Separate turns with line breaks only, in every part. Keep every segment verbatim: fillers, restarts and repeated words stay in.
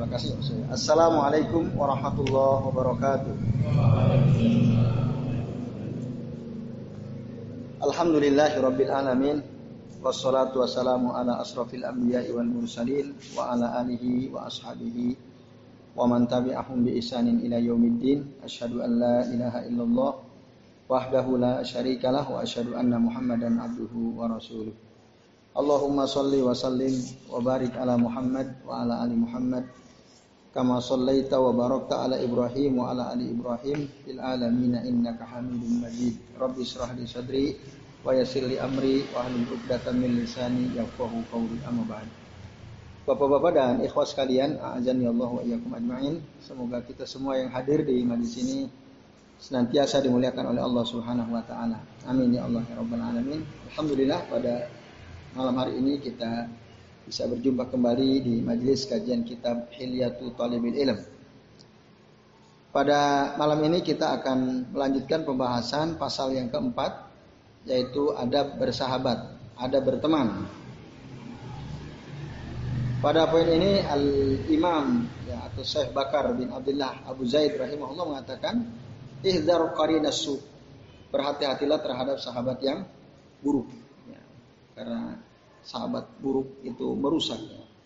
Terima kasih. Assalamualaikum warahmatullahi wabarakatuh. Alhamdulillahirabbil alamin. Wassalatu wassalamu ala asrafil anbiya'i wal mursalin wa ala alihi wa ashabihi wa man tabi'ahum bi ihsanin ila yaumiddin. Asyhadu an la ilaha illallah wahdahu la syarikalah wa asyhadu anna Muhammadan abduhu wa rasuluh. Allahumma shalli wa sallim wa barik ala Muhammad wa ala ali Muhammad kama shallaita wa barakta ala Ibrahim wa ala ali Ibrahim fil alamin innaka Hamidum Majid. Rabbi shrah li sadri wa yassir li amri wa hlul 'uqdatam min lisani yafqahu qawli. Amma ba'd. Bapak-bapak dan ikhwas sekalian, a'azani Allah wa iyyakum ajma'in. Semoga kita semua yang hadir di majelis ini senantiasa dimuliakan oleh Allah Subhanahu wa taala. Amin ya Allah ya rabbal alamin. Alhamdulillah, pada malam hari ini kita bisa berjumpa kembali di majelis kajian kitab Hilyatul Thalibil Ilm. Pada malam ini kita akan melanjutkan pembahasan pasal yang keempat, yaitu adab bersahabat, adab berteman. Pada poin ini Al-Imam ya, atau Syekh Bakar bin Abdullah Abu Zaid rahimahullah mengatakan, ihdzar qarinas su, berhati-hatilah terhadap sahabat yang buruk. Ya, karena sahabat buruk itu merusak.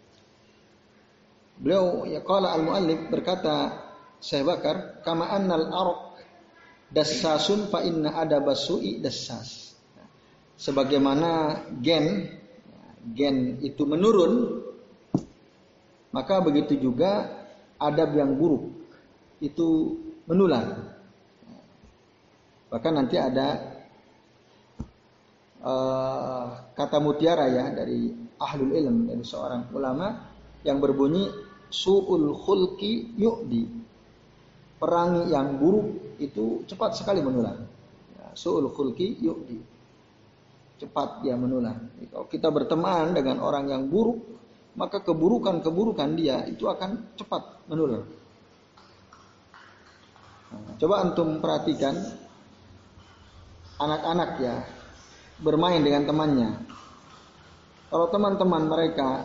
Beliau ya qala al-muallif, berkata Syekh Bakar, kama annal arq dassasun fa inna adabasu'i dassas. Sebagaimana gen gen itu menurun, maka begitu juga adab yang buruk itu menular. Bahkan nanti ada Uh, kata mutiara ya dari ahlul ilm, dari seorang ulama yang berbunyi su'ul khulqi yu'di, perangi yang buruk itu cepat sekali menular. Ya, su'ul khulqi yu'di, cepat dia menular. Jadi, kalau kita berteman dengan orang yang buruk, maka keburukan-keburukan dia itu akan cepat menular. Nah, coba antum perhatikan anak-anak ya, bermain dengan temannya. Kalau teman-teman mereka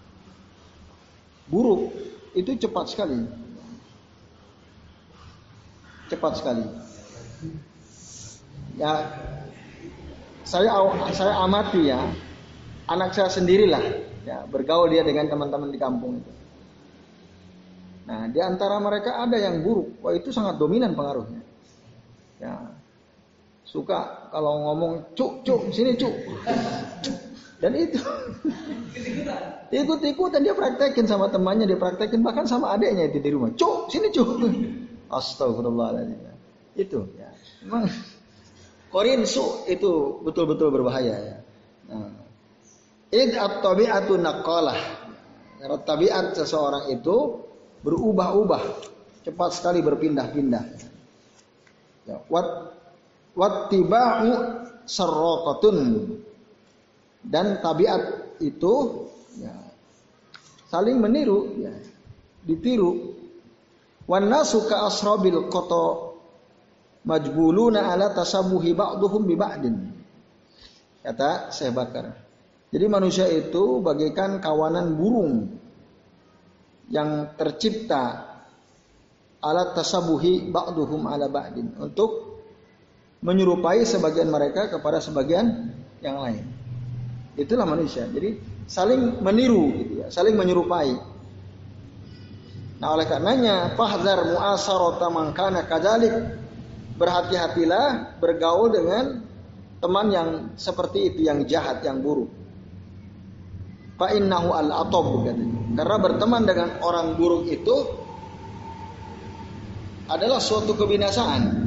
buruk, itu cepat sekali. Cepat sekali. Ya, saya saya amati ya, anak saya sendirilah ya, bergaul dia dengan teman-teman di kampung itu. Nah, di antara mereka ada yang buruk. Wah, itu sangat dominan pengaruhnya. Ya. Suka kalau ngomong cuk cuk sini cuk, dan itu ikut-ikutan dia praktekin sama temannya, dia praktekin bahkan sama adiknya itu di rumah, cuk sini cuk. Astagfirullahaladzim. Itu ya, memang korin su itu betul-betul berbahaya ya. Nah, id at-tabi'atu naqalah, karena tabiat seseorang itu berubah-ubah, cepat sekali berpindah-pindah. Ya, what wattiba'u sarraqatun, dan tabiat itu ya, saling meniru ya, ditiru. Wan nasu ka asrabil qata majbuluna ala tasabbuhi ba'dhum bi ba'din, kata Syekh Bakar. Jadi manusia itu bagaikan kawanan burung yang tercipta ala tasabbuhi ba'dhum ala ba'din, untuk menyerupai sebagian mereka kepada sebagian yang lain. Itulah manusia. Jadi saling meniru gitu ya, saling menyerupai. Nah, oleh karenanya fahdhar mu'asarata man kana kadzalik, berhati-hatilah bergaul dengan teman yang seperti itu, yang jahat, yang buruk. Fa innahu al-atab, karena berteman dengan orang buruk itu adalah suatu kebinasaan.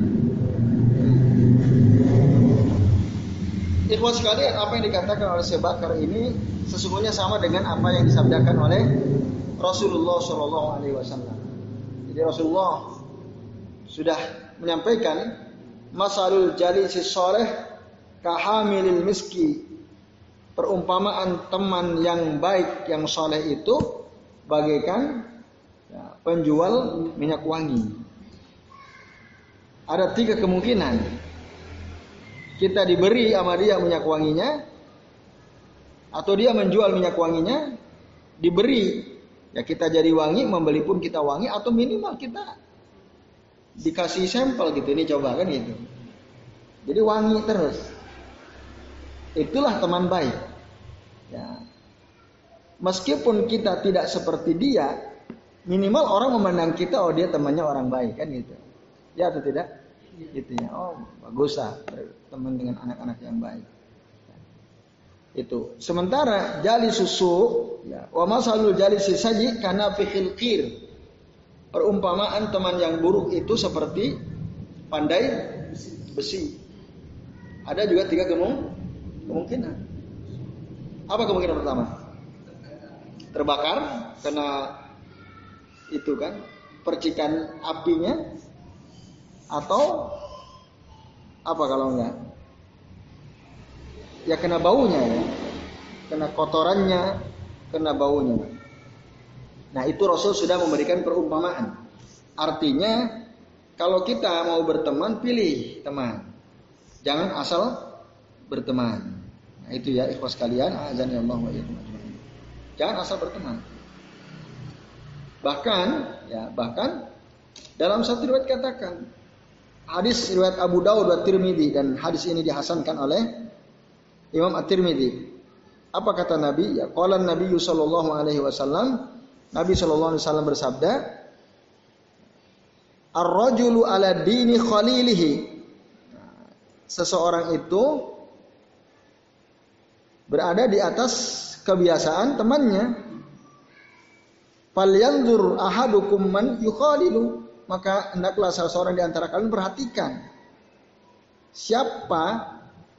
Ikhwan sekalian, apa yang dikatakan oleh Syekh Bakar ini sesungguhnya sama dengan apa yang disabdakan oleh Rasulullah Shallallahu Alaihi Wasallam. Jadi Rasulullah sudah menyampaikan, masalul jalisis soleh kahamilil miski, perumpamaan teman yang baik yang soleh itu bagaikan ya, penjual minyak wangi. Ada tiga kemungkinan. Kita diberi sama dia minyak wanginya, atau dia menjual minyak wanginya, diberi Ya kita jadi wangi, membeli pun kita wangi, atau minimal kita dikasih sampel gitu, ini coba kan gitu. Jadi wangi terus. Itulah teman baik. Ya. Meskipun kita tidak seperti dia, minimal orang memandang kita, oh dia temannya orang baik kan gitu. Ya atau tidak? Gitu ya. Oh bagus lah berteman dengan anak-anak yang baik. Itu. Sementara jali susu, ya, wa masalul jali sisaji karena fikil qir. Perumpamaan teman yang buruk itu seperti pandai besi. Ada juga tiga kemung, kemungkinan. Apa kemungkinan pertama? Terbakar karena itu kan percikan apinya, atau apa kalau enggak? Ya kena baunya ya, kena kotorannya, kena baunya. Nah itu Rasul sudah memberikan perumpamaan. Artinya kalau kita mau berteman, pilih teman, jangan asal berteman. Nah itu ya ikhwas kalian, azan ya Allah wa iyyakum ajmain. Jangan asal berteman. Bahkan ya bahkan dalam satu riwayat katakan, hadis riwayat Abu Dawud dan Tirmidzi, dan hadis ini dihasankan oleh Imam At-Tirmidzi. Apa kata Nabi? Ya, qala Nabi sallallahu alaihi wasallam, Nabi sallallahu alaihi wasallam bersabda, "Ar-rajulu ala dini khalilihi." Seseorang itu berada di atas kebiasaan temannya. Falyanzur ahadukum man yukhalilu. Maka hendaklah salah seorang di antara kalian perhatikan siapa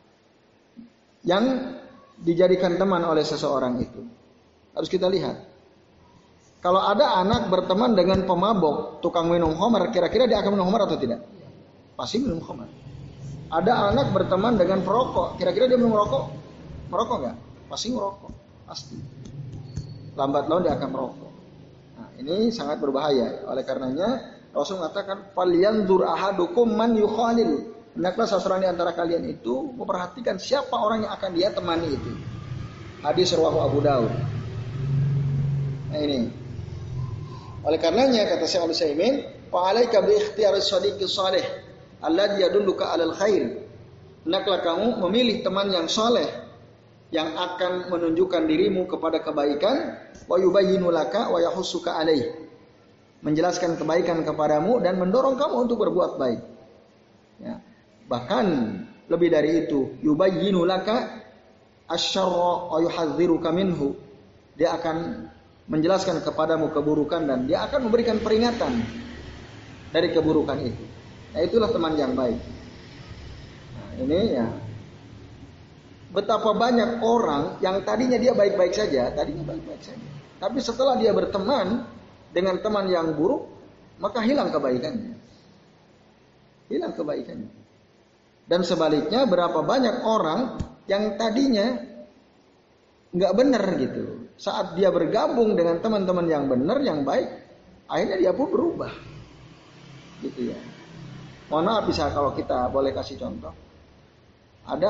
yang dijadikan teman oleh seseorang itu. Harus kita lihat. Kalau ada anak berteman dengan pemabok, tukang minum khamar, kira-kira dia akan minum khamar atau tidak? Pasti minum khamar. Ada anak berteman dengan perokok, kira-kira dia minum rokok? Merokok enggak? Pasti merokok. Pasti. Lambat laun dia akan merokok. Nah, ini sangat berbahaya. Oleh karenanya Rasul mengatakan, "Falyanzur ahadukum man yukhalil." Hendaklah seseorang di antara kalian itu memperhatikan siapa orang yang akan dia temani itu. Hadis riwayat Abu Dawud. Nah ini. Oleh karenanya kata Syekh Al-Utsaimin, "Fa 'alaika bi ikhtiyari shadiqis salih alladzi yadulluka 'alal khair." Hendaklah kamu memilih teman yang saleh yang akan menunjukkan dirimu kepada kebaikan, wa yubayyinu laka wa yahussuka 'alaih. Menjelaskan kebaikan kepadamu dan mendorong kamu untuk berbuat baik. Ya. Bahkan lebih dari itu, yubayyinu laka asyarra wa yuhadziruka minhu. Dia akan menjelaskan kepadamu keburukan dan dia akan memberikan peringatan dari keburukan itu. Nah, itulah teman yang baik. Nah, ini ya. Betapa banyak orang yang tadinya dia baik-baik saja, tadinya baik-baik saja. Tapi setelah dia berteman dengan teman yang buruk, maka hilang kebaikannya. Hilang kebaikannya. Dan sebaliknya berapa banyak orang yang tadinya nggak benar gitu. Saat dia bergabung dengan teman-teman yang benar, yang baik, akhirnya dia pun berubah. Gitu ya. Mohon maaf bisa kalau kita boleh kasih contoh. Ada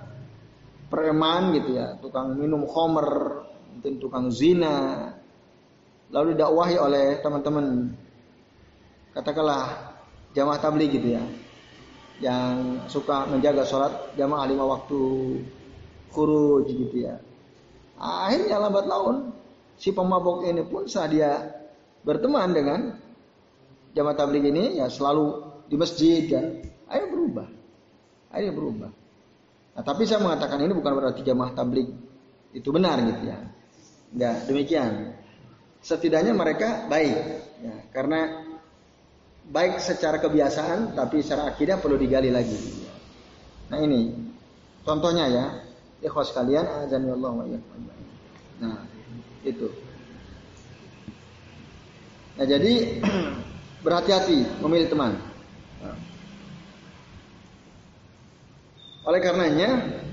preman gitu ya, tukang minum khamr, mungkin tukang zina. Lalu didakwahi oleh teman-teman, katakanlah jamaah tabligh gitu ya, yang suka menjaga sholat jamaah lima waktu khuruj gitu ya. Akhirnya lambat laun si pemabok ini pun saat dia berteman dengan jamaah tabligh ini ya selalu di masjid kan, akhirnya berubah, akhirnya berubah. Nah, tapi saya mengatakan ini bukan berarti jamaah tabligh itu benar gitu ya, enggak demikian. Setidaknya mereka baik, ya, karena baik secara kebiasaan, tapi secara akidah perlu digali lagi. Nah ini contohnya ya, ikhwas kalian, azan ya Allah wa iyyakum. Nah itu. Nah jadi berhati-hati memilih teman. Nah. Oleh karenanya,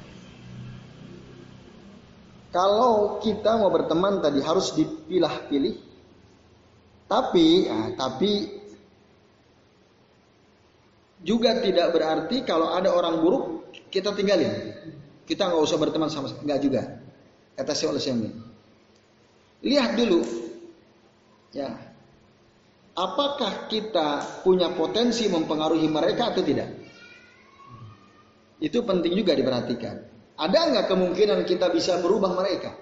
kalau kita mau berteman tadi harus dipilah-pilih. Tapi, nah, tapi juga tidak berarti kalau ada orang buruk kita tinggalin. Kita nggak usah berteman sama, nggak juga. Kata Syekh Al-Utsaimin. Lihat dulu Ya. Apakah kita punya potensi mempengaruhi mereka atau tidak? Itu penting juga diperhatikan. Ada nggak kemungkinan kita bisa merubah mereka?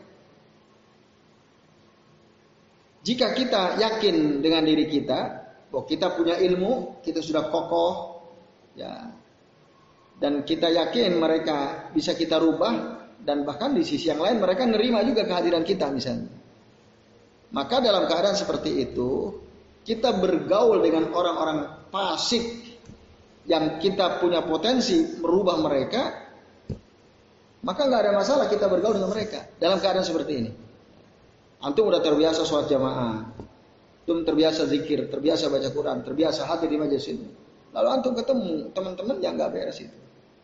Jika kita yakin dengan diri kita, bahwa kita punya ilmu, kita sudah kokoh, ya, dan kita yakin mereka bisa kita rubah, dan bahkan di sisi yang lain mereka nerima juga kehadiran kita misalnya. Maka dalam keadaan seperti itu, kita bergaul dengan orang-orang fasik yang kita punya potensi merubah mereka, maka nggak ada masalah kita bergaul dengan mereka dalam keadaan seperti ini. Antum udah terbiasa sholat jamaah, antum terbiasa zikir, terbiasa baca Quran, terbiasa hadir di majelis ini. Lalu antum ketemu teman-teman yang nggak beres itu,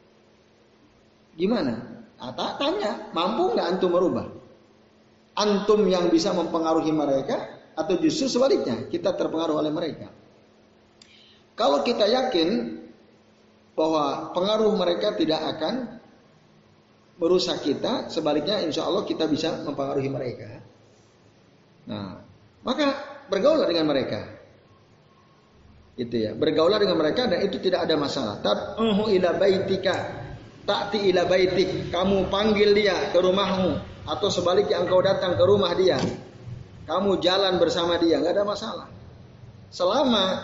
gimana? Nah, tanya, mampu nggak antum merubah? Antum yang bisa mempengaruhi mereka, atau justru sebaliknya kita terpengaruh oleh mereka? Kalau kita yakin bahwa pengaruh mereka tidak akan merusak kita, sebaliknya insya Allah kita bisa mempengaruhi mereka. Nah, maka bergaulah dengan mereka. Itu ya, bergaulah dengan mereka dan itu tidak ada masalah. Tab'uhu ila baitika, ta'ti ila baitik. Kamu panggil dia ke rumahmu, atau sebaliknya engkau datang ke rumah dia. Kamu jalan bersama dia, nggak ada masalah. Selama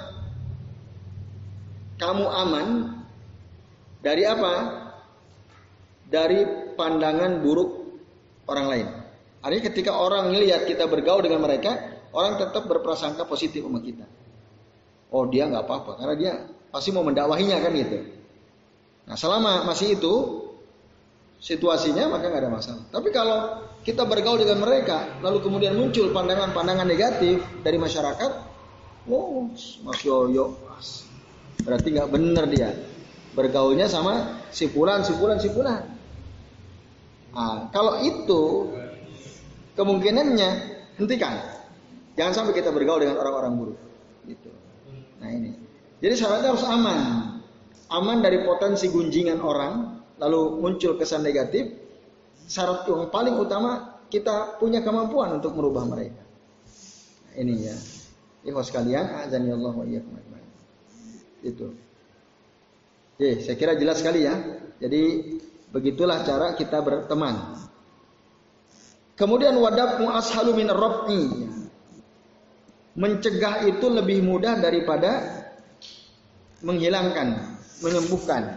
kamu aman dari apa? Dari pandangan buruk orang lain. Artinya ketika orang melihat kita bergaul dengan mereka, orang tetap berprasangka positif sama kita. Oh dia nggak apa-apa, karena dia pasti mau mendakwahinya kan gitu. Nah selama masih itu situasinya maka nggak ada masalah. Tapi kalau kita bergaul dengan mereka, lalu kemudian muncul pandangan-pandangan negatif dari masyarakat, oh Mas Yoyo, berarti nggak benar dia bergaulnya sama si fulan, si fulan, si fulan. Nah, kalau itu kemungkinannya hentikan. Jangan sampai kita bergaul dengan orang-orang buruk. Gitu. Nah ini. Jadi syaratnya harus aman. Aman dari potensi gunjingan orang, lalu muncul kesan negatif. Syarat yang paling utama kita punya kemampuan untuk merubah mereka. Nah, ini ya. Ikhwas sekalian, azanillahu wa iyyakum ajmain. Itu. Oke, saya kira jelas sekali ya. Jadi begitulah cara kita berteman. Kemudian wadabmu ashalu min rab'i. Mencegah itu lebih mudah daripada menghilangkan, menyembuhkan.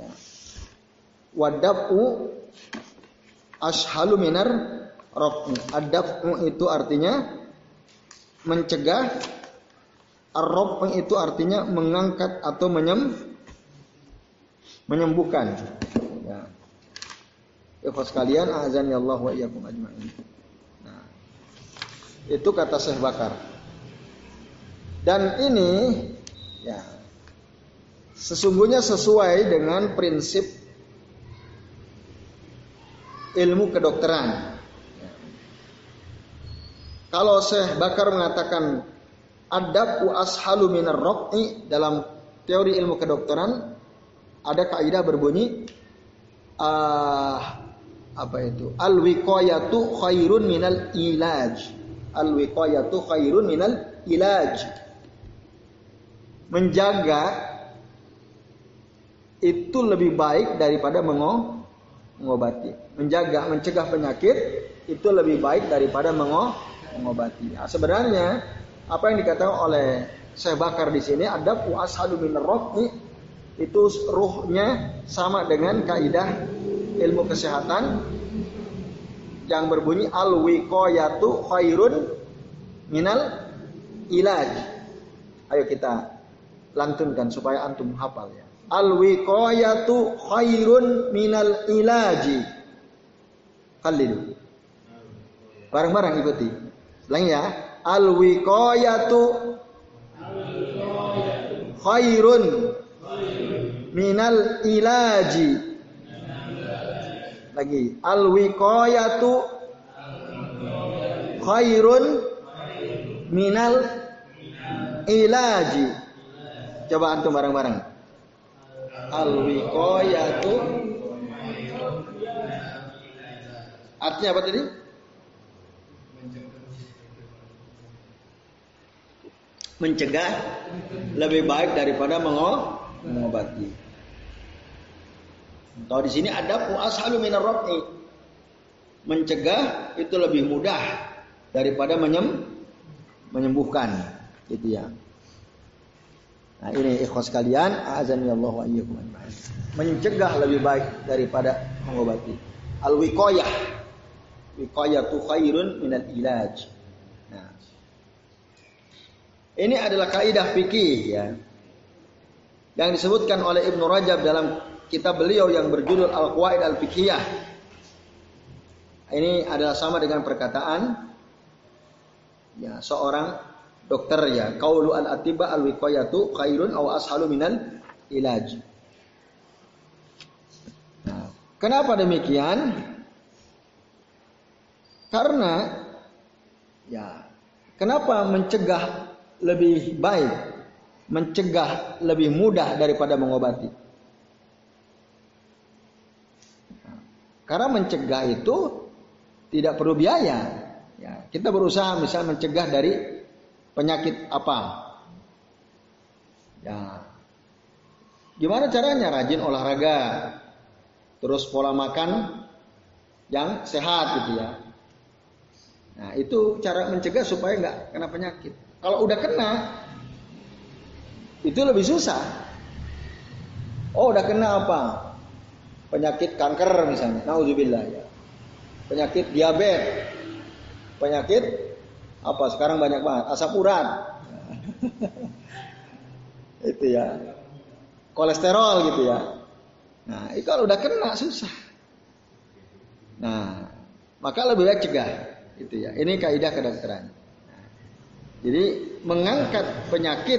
Wadab'u ashalu minar rab'i. Adab'u itu artinya mencegah. Ar-rab'i itu artinya mengangkat atau menyem, menyembuhkan. Ya. Ikhwas sekalian, azan ya Allah wa iyyakum ajma'in. Nah, itu kata Syekh Bakar. Dan ini ya sesungguhnya sesuai dengan prinsip ilmu kedokteran. Ya. Kalau Syekh Bakar mengatakan adab wa ashalu minar rab'i dalam teori ilmu kedokteran, ada kaidah berbunyi uh, apa itu? Al-wiqayatu khairun minal ilaj. Al-wiqayatu khairun minal ilaj. Menjaga itu lebih baik daripada mengobati. Menjaga, mencegah penyakit itu lebih baik daripada mengobati. Nah, sebenarnya apa yang dikatakan oleh Syekh Bakar di sini, adab wa ashalu minar rab'i, itu ruhnya sama dengan kaidah ilmu kesehatan yang berbunyi al-wiqayatu khairun minal ilaj. Ayo kita lantunkan supaya antum hafal ya. Al-wiqayatu khairun minal ilaji. Khalil. Bareng-bareng ikuti. Ulangi ya. Al-wiqayatu khairun minal ilaji. Lagi, al-wiqayatu khairun minal ilaji. Coba antum bareng-bareng. Al-wiqayatu artinya apa tadi? mencegah lebih baik daripada mengobati. Kalau di sini ada ashalu minar raf'i. Mencegah itu lebih mudah daripada menyem, menyembuhkan, gitu ya. Nah, ini ikhwas sekalian, a'azani Allah wa iyyakum ajma'in. Mencegah lebih baik daripada mengobati. Al-wiqayah. Wiqayatu khairun minal ilaj. Nah, ini adalah kaidah fikih ya, yang disebutkan oleh Ibnu Rajab dalam kitab beliau yang berjudul Al-Qawaid Al-Fiqhiyah. Ini adalah sama dengan perkataan ya seorang dokter ya, qaulu al-atiba al-wiqayatu khairun aw ashalu minal ilaj. Nah, kenapa demikian? Karena ya, kenapa mencegah lebih baik, mencegah lebih mudah daripada mengobati? Karena mencegah itu tidak perlu biaya. Ya, kita berusaha misalnya mencegah dari penyakit apa? Ya, gimana caranya? Rajin olahraga, terus pola makan yang sehat gitu ya. Nah, itu cara mencegah supaya nggak kena penyakit. Kalau udah kena, itu lebih susah. Oh, udah kena apa? Penyakit kanker misalnya, nauzubillah ya. Penyakit diabetes, penyakit apa? Sekarang banyak banget, asam urat. Itu ya. Kolesterol gitu ya. Nah, itu kalau udah kena susah. Nah, maka lebih baik cegah. Itu ya. Ini kaidah kedokteran. Nah, jadi mengangkat penyakit,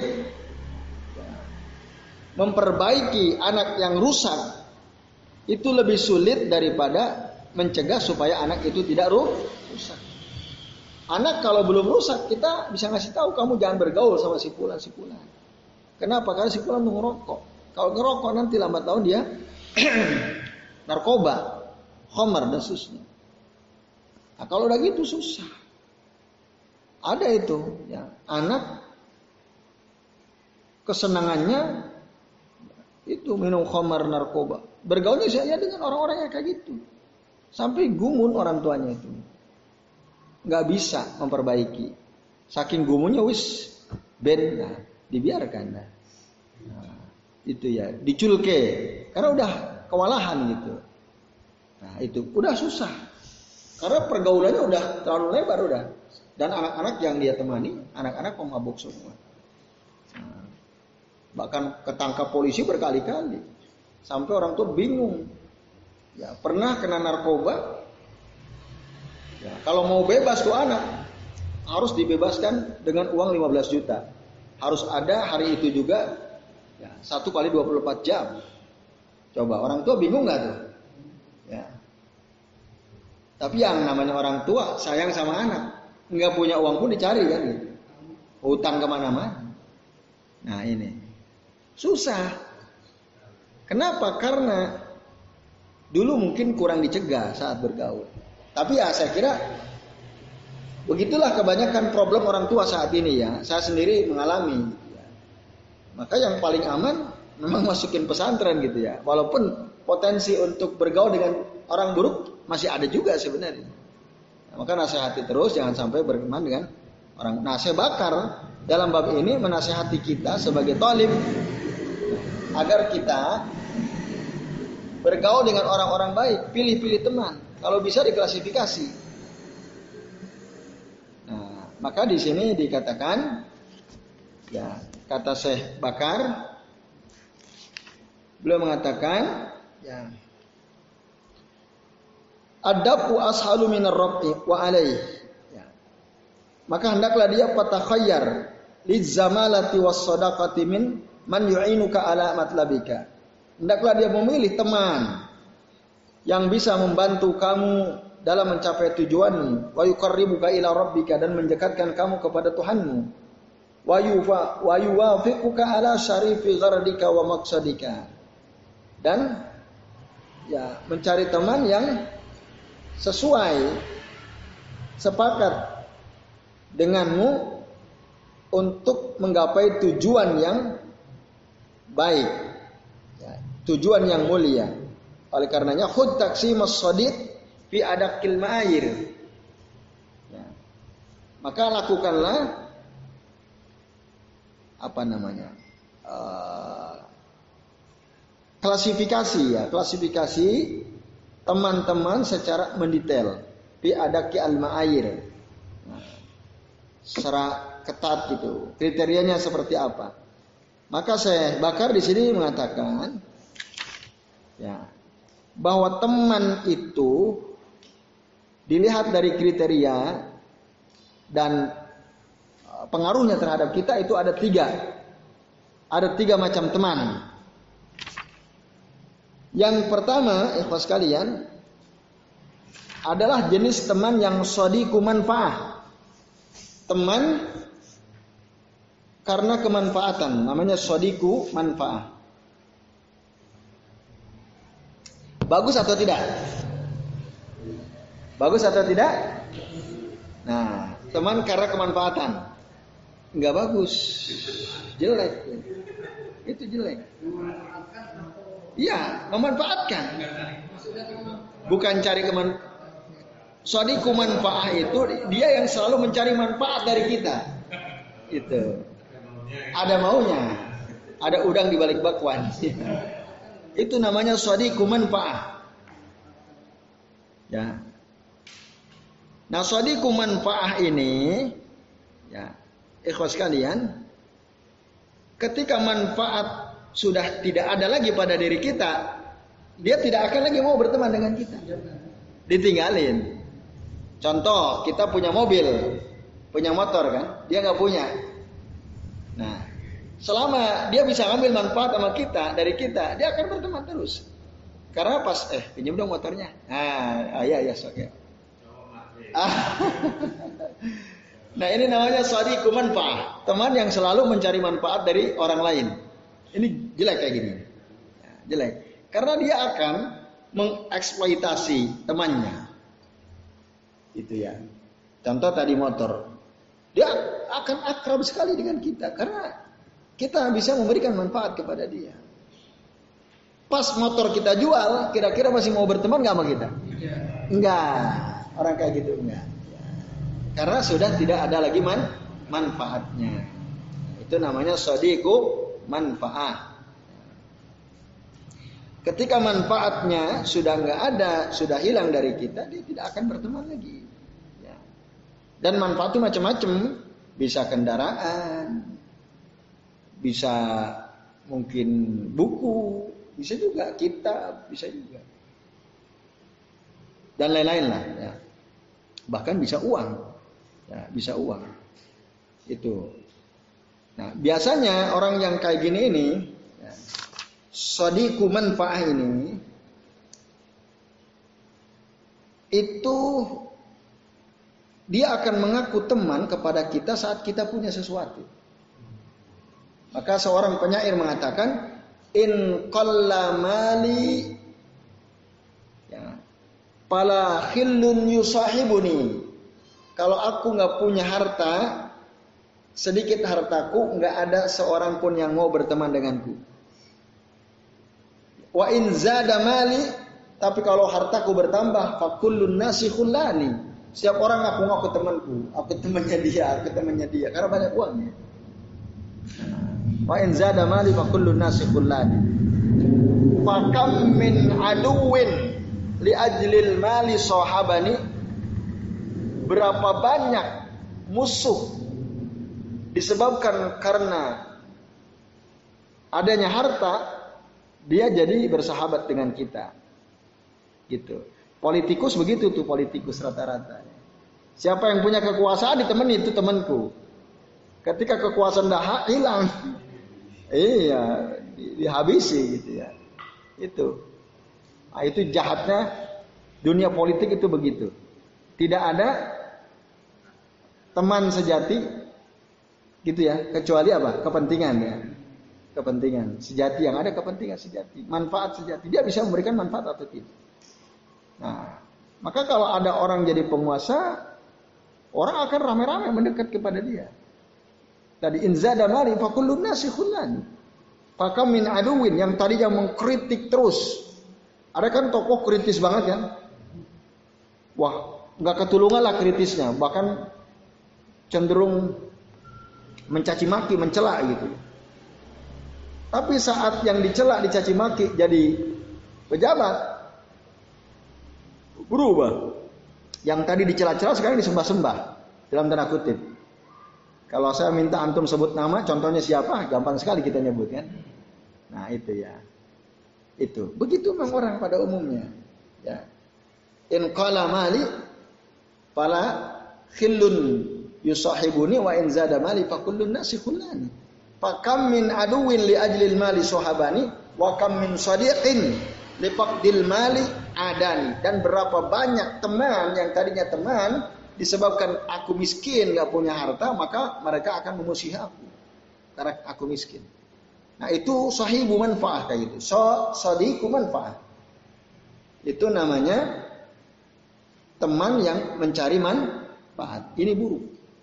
memperbaiki anak yang rusak itu lebih sulit daripada mencegah supaya anak itu tidak rusak. Anak kalau belum rusak kita bisa ngasih tahu kamu jangan bergaul sama si fulan si fulan. Kenapa? Karena si fulan ngerokok. Kalau ngerokok nanti lambat laun dia narkoba, khamar dan seterusnya. Nah, kalau udah gitu susah. Ada itu, ya, anak kesenangannya itu minum khamar, narkoba. Bergaulnya saya dengan orang-orang yang kayak gitu. Sampai gumun orang tuanya itu. Nggak bisa memperbaiki. Saking gumunnya wis ben, nah, dibiarkan. Nah, nah, itu ya, diculke. Karena udah kewalahan gitu. Nah, itu udah susah. Karena pergaulannya udah terlalu lebar udah. Dan anak-anak yang dia temani, anak-anak pemabuk semua. Nah, bahkan ketangkap polisi berkali-kali. Sampai orang tua bingung. Ya, pernah kena narkoba. Ya, kalau mau bebas tuh anak, harus dibebaskan dengan uang lima belas juta. Harus ada hari itu juga ya, satu kali dua puluh empat jam. Coba orang tua bingung nggak tuh? Ya. Tapi yang namanya orang tua sayang sama anak, nggak punya uang pun dicari kan gitu. Hutang kemana-mana. Nah ini susah. Kenapa? Karena dulu mungkin kurang dicegah saat bergaul. Tapi ya saya kira begitulah kebanyakan problem orang tua saat ini ya. Saya sendiri mengalami. Gitu ya. Maka yang paling aman memang masukin pesantren gitu ya. Walaupun potensi untuk bergaul dengan orang buruk masih ada juga sebenarnya. Nah, maka nasihati terus, jangan sampai berteman dengan orang. Nah, saya bakar dalam bab ini menasihati kita sebagai talib agar kita bergaul dengan orang-orang baik, pilih-pilih teman. Kalau bisa diklasifikasi. Nah, maka di sini dikatakan, ya kata Syekh Bakar, beliau mengatakan, ya. Adabu ashalu minar rab'i wa alaih. Ya. Maka hendaklah dia fatakhayyar lizamalati was sadaqati min man yu'inuka ala matlabika. Hendaklah dia memilih teman yang bisa membantu kamu dalam mencapai tujuanmu, wa yuqarribuka ila rabbika, dan mendekatkan kamu kepada Tuhanmu. Wa yufa wa yuwafiquka ala syarifi ghardika wa maqsadika. Dan ya mencari teman yang sesuai, sepakat denganmu untuk menggapai tujuan yang baik, ya, tujuan yang mulia. Oleh karenanya khud taqsimus shadid fi adaqil ma'ayir. Ya. Maka lakukanlah apa namanya? Uh, klasifikasi ya, klasifikasi teman-teman secara mendetail fi adaqi al ma'ayir. Nah, secara ketat gitu. Kriterianya seperti apa? Maka Syekh Bakar di sini mengatakan ya, bahwa teman itu dilihat dari kriteria dan pengaruhnya terhadap kita itu ada tiga. Ada tiga macam teman. Yang pertama, ikhwas sekalian, adalah jenis teman yang shadiqu manfaah. Teman karena kemanfaatan, namanya shadiqu manfaah. Bagus atau tidak? Bagus atau tidak? Nah, teman karena kemanfaatan. Enggak bagus. Jelek. Itu jelek. Iya, memanfaatkan. Bukan cari kemanfaatan. Shadiqu manfaah itu dia yang selalu mencari manfaat dari kita. Itu. Ada maunya. Ada udang di balik bakwan. Itu namanya shadiqu manfaah. Ya. Nah, shadiqu manfaah ini ya, ikhwas sekalian, ketika manfaat sudah tidak ada lagi pada diri kita, dia tidak akan lagi mau berteman dengan kita. Ditinggalin. Contoh, kita punya mobil, punya motor kan, dia nggak punya. Nah, selama dia bisa ambil manfaat sama kita, dari kita, dia akan berteman terus. Karena pas, eh pinjam dong motornya. Nah, iya ya sok ya. Ah. Nah, ini namanya shadiqu manfaah, teman yang selalu mencari manfaat dari orang lain. Ini jelek kayak gini, ya, jelek. Karena dia akan mengeksploitasi temannya. Itu ya. Contoh tadi motor. Dia akan akrab sekali dengan kita karena kita bisa memberikan manfaat kepada dia. Pas motor kita jual, kira-kira masih mau berteman nggak sama kita? Enggak. Orang kayak gitu enggak. Karena sudah tidak ada lagi man manfaatnya. Itu namanya shadiqu manfaah. Ketika manfaatnya sudah nggak ada, sudah hilang dari kita, dia tidak akan berteman lagi. Ya. Dan manfaatnya macam-macam, bisa kendaraan, bisa mungkin buku, bisa juga kitab, bisa juga, dan lain-lain lah. Ya. Bahkan bisa uang, ya, bisa uang. Itu. Nah, biasanya orang yang kayak gini ini. Ya, shadiqu manfaah ini itu dia akan mengaku teman kepada kita saat kita punya sesuatu. Maka seorang penyair mengatakan, in qalla mali ya, fala khillun yusahibuni. Kalau aku nggak punya harta, sedikit hartaku, nggak ada seorang pun yang mau berteman denganku. Wa in zada mali, tapi kalau hartaku bertambah, fa kullun nasi khullani. Setiap orang aku ngaku temanku, aku temannya dia, aku temannya dia, karena banyak uangnya. Wa in zada mali fa kullun nasi khullani. Fa kam min aduwin li ajlil mali sahabani. Berapa banyak musuh disebabkan karena adanya harta, dia jadi bersahabat dengan kita. Gitu. Politikus begitu tuh, politikus rata-rata. Siapa yang punya kekuasaan ditemani, itu temanku. Ketika kekuasaan dah hilang, iya, dihabisi gitu ya. Itu. Nah, itu jahatnya dunia politik itu begitu. Tidak ada teman sejati gitu ya, kecuali apa? Kepentingan ya. Kepentingan sejati, yang ada kepentingan sejati, manfaat sejati. Dia bisa memberikan manfaat atau tidak. Nah, maka kalau ada orang jadi penguasa, orang akan ramai-ramai mendekat kepada dia. Tadi inzada mali fa kullun nasi khullan. Fakam min aduwin yang tadi yang mengkritik terus. Ada kan tokoh kritis banget kan? Wah, nggak ketulungan lah kritisnya, bahkan cenderung mencaci maki, mencela gitu. Tapi saat yang dicela, dicaci maki jadi pejabat, berubah. Yang tadi dicela-cela sekarang disembah-sembah dalam tanda kutip. Kalau saya minta antum sebut nama, contohnya siapa? Gampang sekali kita nyebut kan. Nah itu ya, itu. Begitu memang orang pada umumnya. Ya. In qala mali, fala khillun yusahibuni wa in zada mali fa kullun nasi khullani. Fa kam min aduwin li ajlil mali sahabani wa kam min sadiqin li faqdil mali adani. Dan berapa banyak teman yang tadinya teman disebabkan aku miskin, gak punya harta, maka mereka akan memusuhi aku karena aku miskin. Nah itu sahibu manfaah kayak gitu. So, sadiku manfaah. Itu namanya teman yang mencari manfaat. Ini buruk.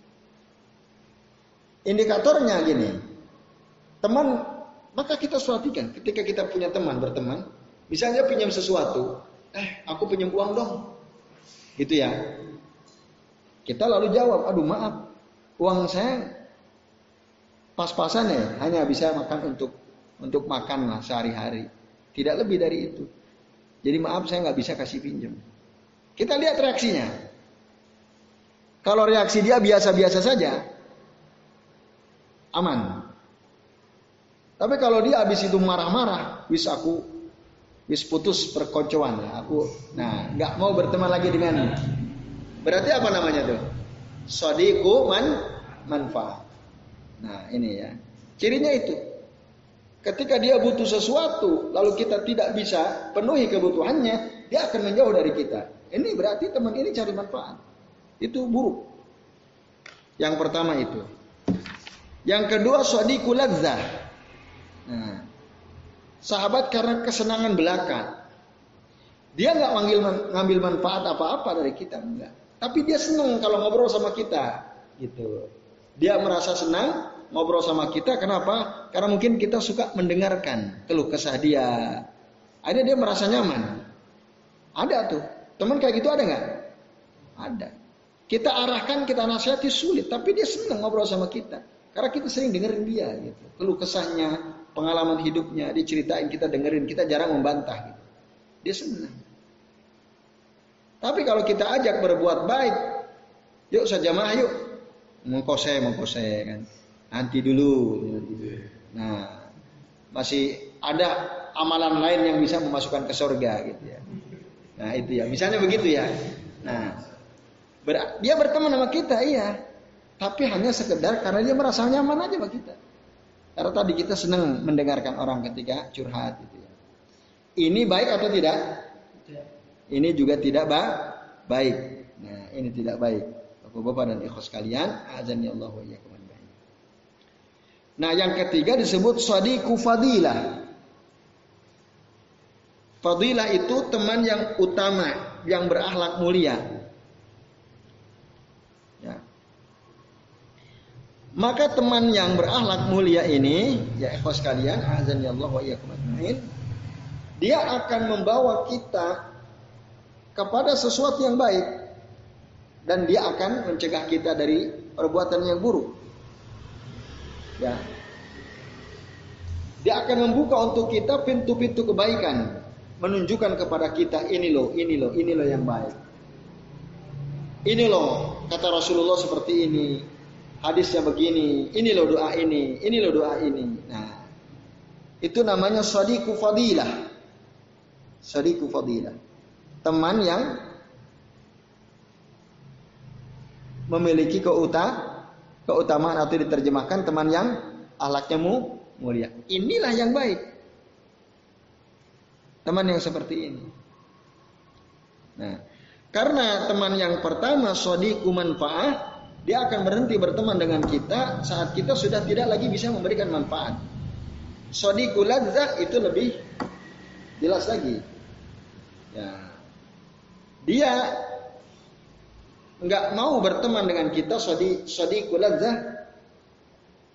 Indikatornya gini. Teman, maka kita perhatikan ketika kita punya teman berteman, misalnya pinjam sesuatu, eh aku pinjam uang dong. Gitu ya. Kita lalu jawab, aduh maaf, uang saya pas-pasan ya, hanya bisa makan untuk untuk makan lah sehari-hari. Tidak lebih dari itu. Jadi maaf saya nggak bisa kasih pinjam. Kita lihat reaksinya. Kalau reaksi dia biasa-biasa saja, aman. Tapi kalau dia habis itu marah-marah, wis aku, wis putus perkoncoan ya, aku, nah nggak mau berteman lagi dengan. Berarti apa namanya tuh? Sadiqu man manfaat. Nah ini ya. Cirinya itu. Ketika dia butuh sesuatu, lalu kita tidak bisa penuhi kebutuhannya, dia akan menjauh dari kita. Ini berarti teman ini cari manfaat. Itu buruk. Yang pertama itu. Yang kedua sadiqu ladzah. Nah, sahabat karena kesenangan belaka. Dia nggak ngambil ngambil manfaat apa-apa dari kita, enggak. Tapi dia senang kalau ngobrol sama kita, gitu. Dia merasa senang ngobrol sama kita. Kenapa? Karena mungkin kita suka mendengarkan keluh kesah dia. Akhirnya dia merasa nyaman. Ada tuh teman kayak gitu, ada nggak? Ada. Kita arahkan, kita nasihati sulit, tapi dia senang ngobrol sama kita. Karena kita sering dengerin dia, gitu. Keluh kesahnya, pengalaman hidupnya, diceritain, kita dengerin, kita jarang membantah. Gitu. Dia senang. Tapi kalau kita ajak berbuat baik, yuk sajamaah yuk, mengkose, mengkose kan, nanti dulu. Nah, masih ada amalan lain yang bisa memasukkan ke surga gitu ya. Nah itu ya, misalnya begitu ya. Nah, ber, dia berteman sama kita iya, tapi hanya sekedar karena dia merasa nyaman aja sama kita. Karena tadi kita senang mendengarkan orang ketika curhat gitu ya. Ini baik atau tidak? Ini juga tidak baik. Nah, ini tidak baik. Bapak-bapak dan ikhwas sekalian, azani Allah wa iyyakum. Nah, yang ketiga disebut sadiqu fadilah. Fadilah itu teman yang utama, yang berakhlak mulia. Ya. Maka teman yang berakhlak mulia ini, ya ikhwas sekalian, azani Allah wa iyyakum ajmain, dia akan membawa kita kepada sesuatu yang baik dan dia akan mencegah kita dari perbuatan yang buruk. Ya. Dia akan membuka untuk kita pintu-pintu kebaikan, menunjukkan kepada kita ini loh, ini loh, ini loh yang baik. Ini loh kata Rasulullah seperti ini, hadisnya begini, ini loh doa ini, ini loh doa ini. Nah, itu namanya sadiqu fadilah. Sadiqu fadilah. Teman yang memiliki keuta, keutamaan atau diterjemahkan teman yang akhlaknya mulia. Inilah yang baik. Teman yang seperti ini. Nah, karena teman yang pertama sadiqu manfaah, dia akan berhenti berteman dengan kita saat kita sudah tidak lagi bisa memberikan manfaat. Sadiqu ladzah itu lebih jelas lagi. Ya. Dia nggak mau berteman dengan kita sadiqu ladzah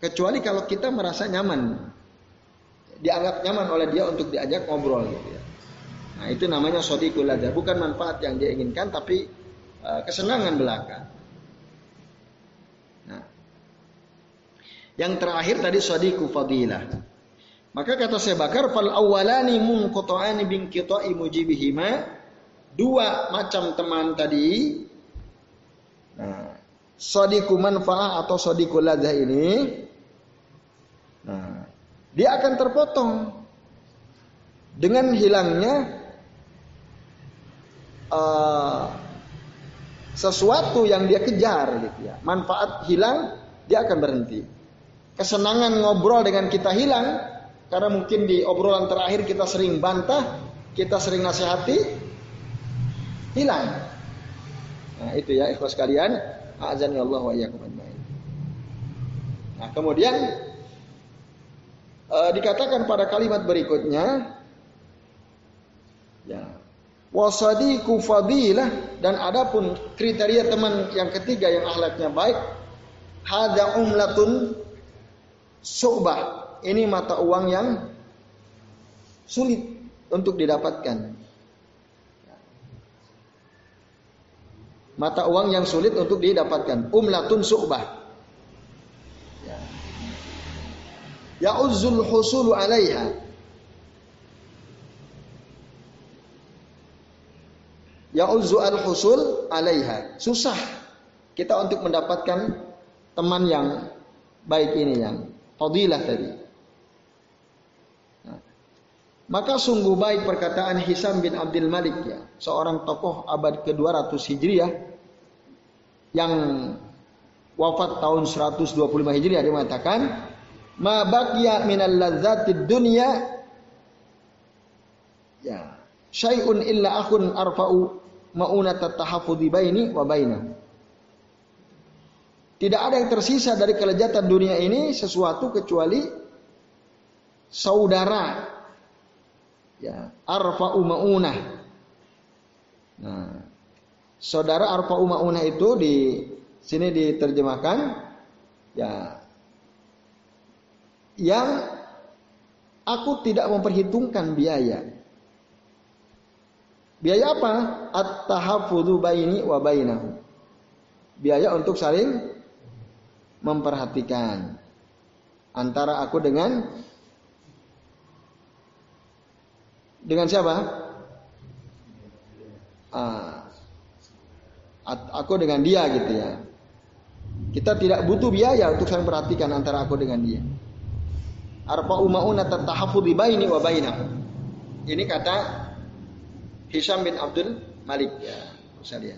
kecuali kalau kita merasa nyaman, dianggap nyaman oleh dia untuk diajak ngobrol gitu ya. Nah itu namanya shadiqul ladzah, bukan manfaat yang dia inginkan tapi uh, kesenangan belaka. Nah, yang terakhir tadi shadiqu fadilah. Maka kata Syekh Bakar, fal awwalani munqata'ani bin qita'i mujibihima, dua macam teman tadi. Nah, shadiqu manfaah atau shadiqul ladzah ini, nah, dia akan terpotong dengan hilangnya uh, sesuatu yang dia kejar gitu ya. Manfaat hilang, dia akan berhenti. Kesenangan ngobrol dengan kita hilang karena mungkin di obrolan terakhir kita sering bantah, kita sering nasihati, hilang. Nah, itu ya ikhwas sekalian, a'azani Allah wa iyyakum ajmain. Nah, kemudian uh, dikatakan pada kalimat berikutnya, ya, wasadiqu fadilah, dan adapun kriteria teman yang ketiga yang akhlaknya baik, hadza umlatun su'bah, ini mata uang yang sulit untuk didapatkan. Mata uang yang sulit untuk didapatkan, umlatun su'bah. Ya. Ya'uzzul husulu 'alaiha. Ya'uzzu al-husul 'alaiha. Susah kita untuk mendapatkan teman yang baik ini, yang fadilah tadi. Nah, maka sungguh baik perkataan Hisam bin Abdul Malik ya, seorang tokoh abad ke dua ratus Hijriah yang wafat tahun seratus dua puluh lima Hijriah, dia mengatakan, "Ma baqiya minal ladzatid dunya ya syai'un illa akhun arfa'u ma'unata tahaffudhi baini wa bainahu." Tidak ada yang tersisa dari kelezatan dunia ini sesuatu kecuali saudara, ya, arfa'u ma'unah. Nah, saudara arfa'u ma'unah itu di sini diterjemahkan, ya, yang aku tidak memperhitungkan biaya. Biaya apa? At-tahaffudhu baini wa bainahu. Biaya untuk saling memperhatikan antara aku dengan dengan siapa? Ah, aku dengan dia gitu ya. Kita tidak butuh biaya untuk saling perhatikan antara aku dengan dia. Arfa'u ma'unata tahaffudhi baini wa bainahu. Ini kata Hisam bin Abdul Malik ya, Ustaz ya.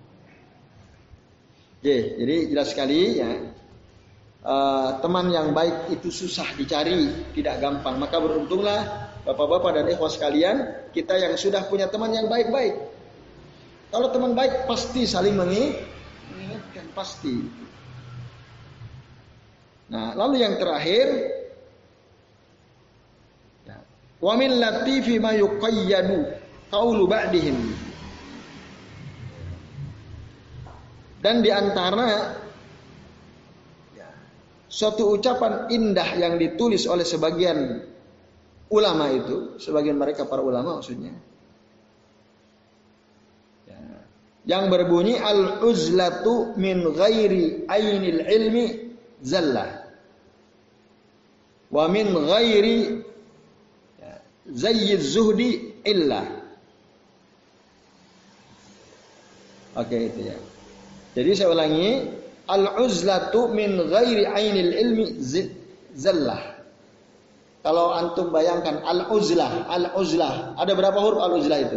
Oke, jadi jelas sekali ya. Uh, teman yang baik itu susah dicari, tidak gampang. Maka beruntunglah bapak-bapak dan ikhwas sekalian, kita yang sudah punya teman yang baik-baik. Kalau teman baik pasti saling mengingatkan, pasti. Nah, lalu yang terakhir, wa min latifi ma yuqayyadu qaulu ba'dihim. Dan di antara suatu ucapan indah yang ditulis oleh sebagian ulama itu, sebagian mereka para ulama maksudnya, ya, yang berbunyi al-uzlatu min ghairi ainil ilmi zallah wa min ghairi ya, zayyiz zuhdi illa. Oke, itu ya. Jadi saya ulangi, al-uzlatu min ghairi ainil ilmi zallah. Kalau antum bayangkan al-uzlah, al-uzlah, ada berapa huruf al-uzlah itu?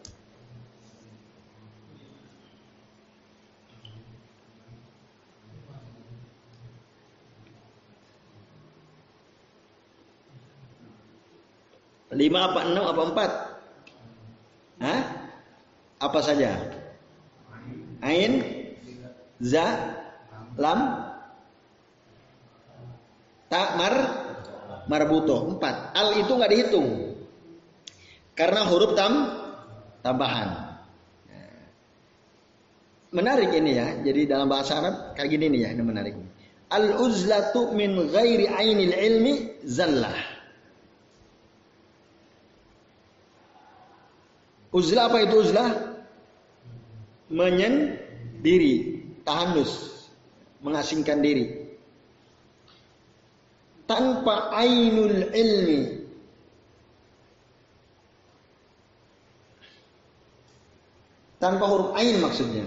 Lima apa enam apa empat? Hah? Apa saja? Ain, za, lam, ta, mar, marbutoh. Empat. Al itu nggak dihitung karena huruf tam tambahan. Menarik ini ya. Jadi dalam bahasa Arab kayak gini nih ya, ini menarik. Al-uzlatu min ghairi ainil ilmi zallah. Uzlah, apa itu uzlah? Menyendiri, tahanus, mengasingkan diri. Tanpa ainul ilmi. Tanpa huruf ain maksudnya.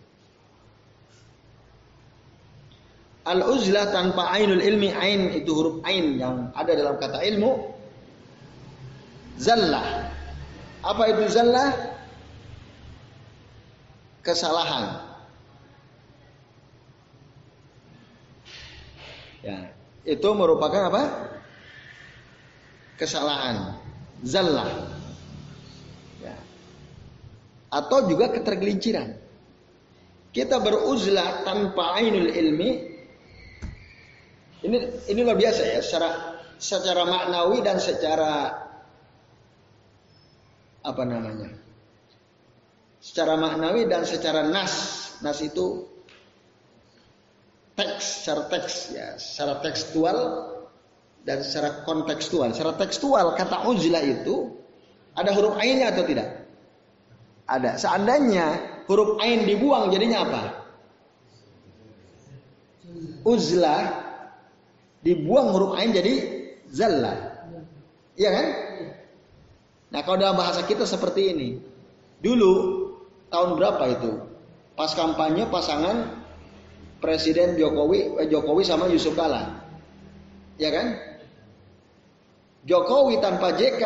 Al-uzlah tanpa ainul ilmi, ain itu huruf ain yang ada dalam kata ilmu. Zallah. Apa itu zallah? Kesalahan. Ya, itu merupakan apa? Kesalahan. Zallah. Ya. Atau juga ketergelinciran. Kita beruzlah tanpa ainul ilmi. Ini ini luar biasa ya, secara secara maknawi dan secara apa namanya? Secara maknawi dan secara nas. Nas itu teks, secara teks ya, secara tekstual dan secara kontekstual. Secara tekstual kata uzlah itu ada huruf ainnya atau tidak? Ada. Seandainya huruf ain dibuang jadinya apa? Uzlah. Dibuang huruf ain jadi zallah. Iya kan? Nah, kalau dalam bahasa kita seperti ini. Dulu tahun berapa itu? Pas kampanye pasangan Presiden Jokowi eh, Jokowi sama Yusuf Kala. Ya kan? Jokowi tanpa J K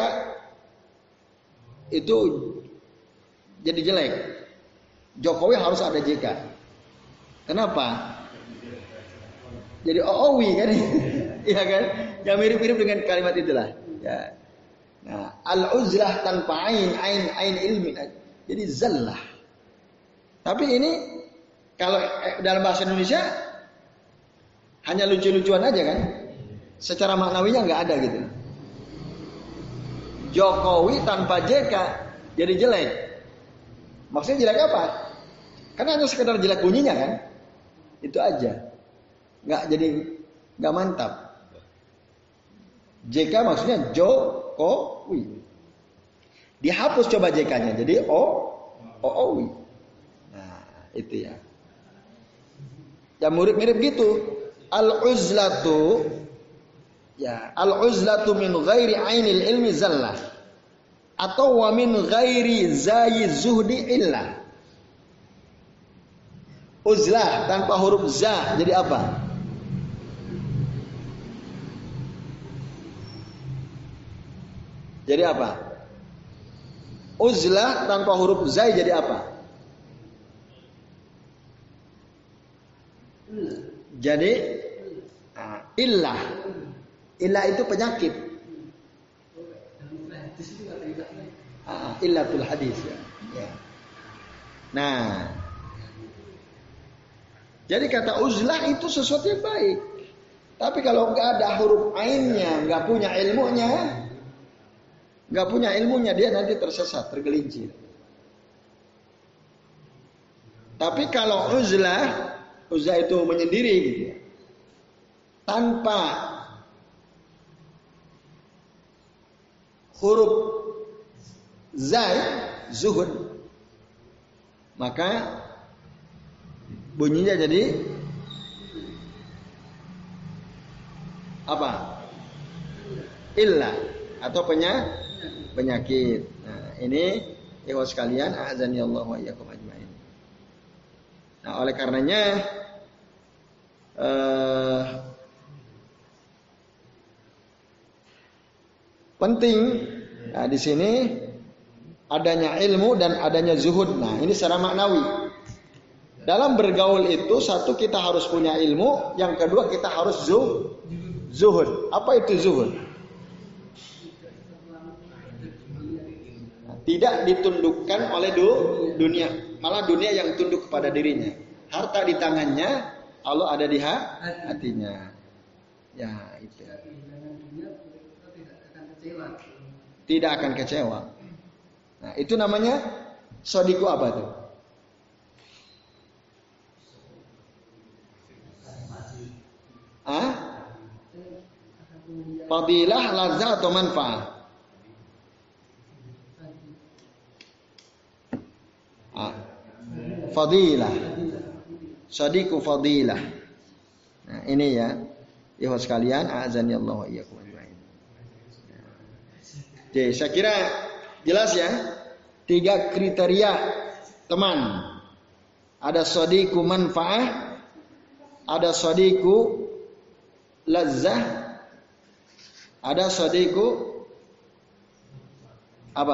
itu jadi jelek. Jokowi harus ada J K. Kenapa? Jadi oowi kan, iya kan? Yang mirip-mirip dengan kalimat itulah. Ya. Nah, al-uzlah tanpa ain, ain, ain ilmi, jadi zallah. Tapi ini kalau dalam bahasa Indonesia hanya lucu-lucuan aja kan? Secara maknawinya nggak ada gitu. Jokowi tanpa J K jadi jelek. Maksudnya jelek apa? Karena hanya sekedar jelek bunyinya kan? Itu aja. Nggak jadi nggak mantap. J K maksudnya Jokowi. Dihapus coba J K-nya jadi O Oowi. Nah itu ya. Ya mirip-mirip gitu. Al-uzlatu ya al-uzlatu min ghairi ainil ilmi zallah atau wa min ghairi zayi zuhdi illah. Uzlah tanpa huruf za jadi apa? Jadi apa? Uzlah tanpa huruf zai jadi apa? Jadi uh, illah. Illah itu penyakit. Uh, illatul hadis ya. ya. Nah, jadi kata uzlah itu sesuatu yang baik. Tapi kalau nggak ada huruf ainnya, nggak punya ilmunya, nggak punya ilmunya dia nanti tersesat, tergelincir. Tapi kalau uzlah, uzlah itu menyendiri gitu ya. Tanpa huruf zai, zuhud, maka bunyinya jadi apa? Illah atau penya, penyakit. Nah, ini ikhwan sekalian, a'adzani Allah wa iyyakum ajmain. Nah, oleh karenanya eh, penting nah, di sini adanya ilmu dan adanya zuhud. Nah, ini secara maknawi. Dalam bergaul itu satu kita harus punya ilmu, yang kedua kita harus zuhud. Zuhud. Apa itu zuhud? Tidak ditundukkan oleh dunia, malah dunia yang tunduk kepada dirinya. Harta di tangannya, Allah ada di hatinya. Ya, itu. Tidak akan kecewa. Nah, itu namanya sodiku apa tuh? Fadilah, lazah atau manfaat? Ah, fadilah. Sadiku fadilah. Nah, ini ya. Ya sekalian, azani Allah wa iyyakum ajmain. Oke, saya kira jelas ya. Tiga kriteria teman. Ada sadiku manfaah, ada sadiku lazah, ada sadiku apa?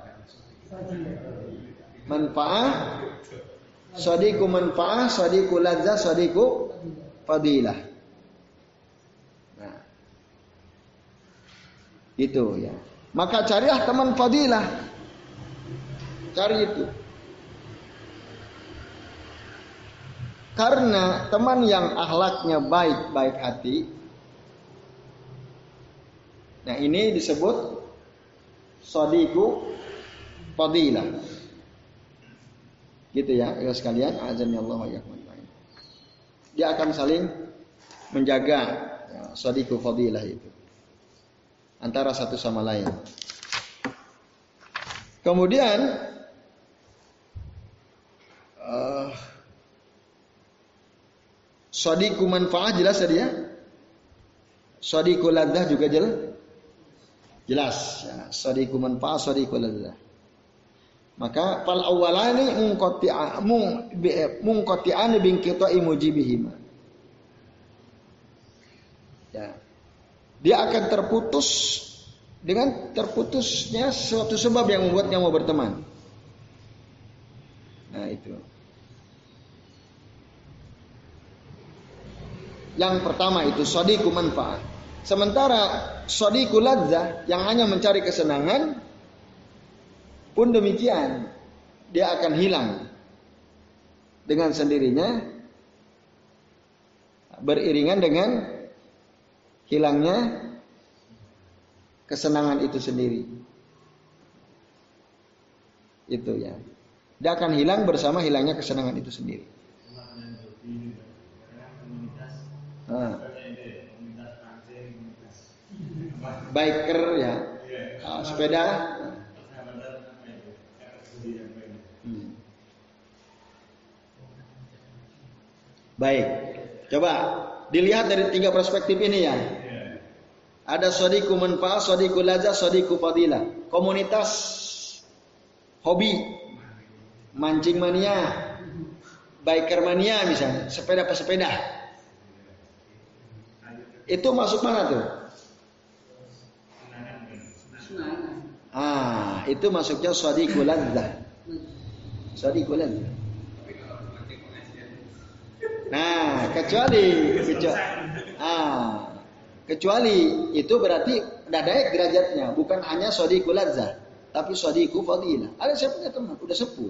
Manfaah, sadiku manfaah, sadiku lazah, sadiku fadilah. Nah, itu ya. Maka carilah teman fadilah. Cari itu. Karena teman yang akhlaknya baik, baik hati. Nah, ini disebut sadiku fadilah. Gitu ya, ya sekalian, azan Allah wa iyyakum. Dia akan saling menjaga ya, sadiku fadilah itu antara satu sama lain. Kemudian uh, sadiku manfaat jelas tadi ya. Sadiku ladzah juga jelas. Jelas ya, sadiku manfaat, sadiku ladzah. Maka fal awwalani munqati'a munqati'an bin qita'i mujibihima. Ya. Dia akan terputus dengan terputusnya suatu sebab yang membuatnya mau berteman. Nah, itu. Yang pertama itu sadiku manfaat. Sementara sadiku ladzah yang hanya mencari kesenangan pun demikian, dia akan hilang dengan sendirinya beriringan dengan hilangnya kesenangan itu sendiri. Itu ya. Dia akan hilang bersama hilangnya kesenangan itu sendiri. Nah. Biker ya, uh, sepeda. Hmm. Baik, coba dilihat dari tiga perspektif ini ya. Ada sadiku manfaat, sadiku lazah, sadiku fadilah. Komunitas hobi, mancing mania, biker mania misalnya, sepeda pesepeda. Itu masuk mana tuh? Ah, itu masuknya sadiku ladzah. Sadiku ladzah. Nah, kecuali kecuali ah, kecuali itu berarti udah naik derajatnya, bukan hanya sadiku ladzah, tapi sadiku fadilah. Ada saya punya teman, udah sepuh.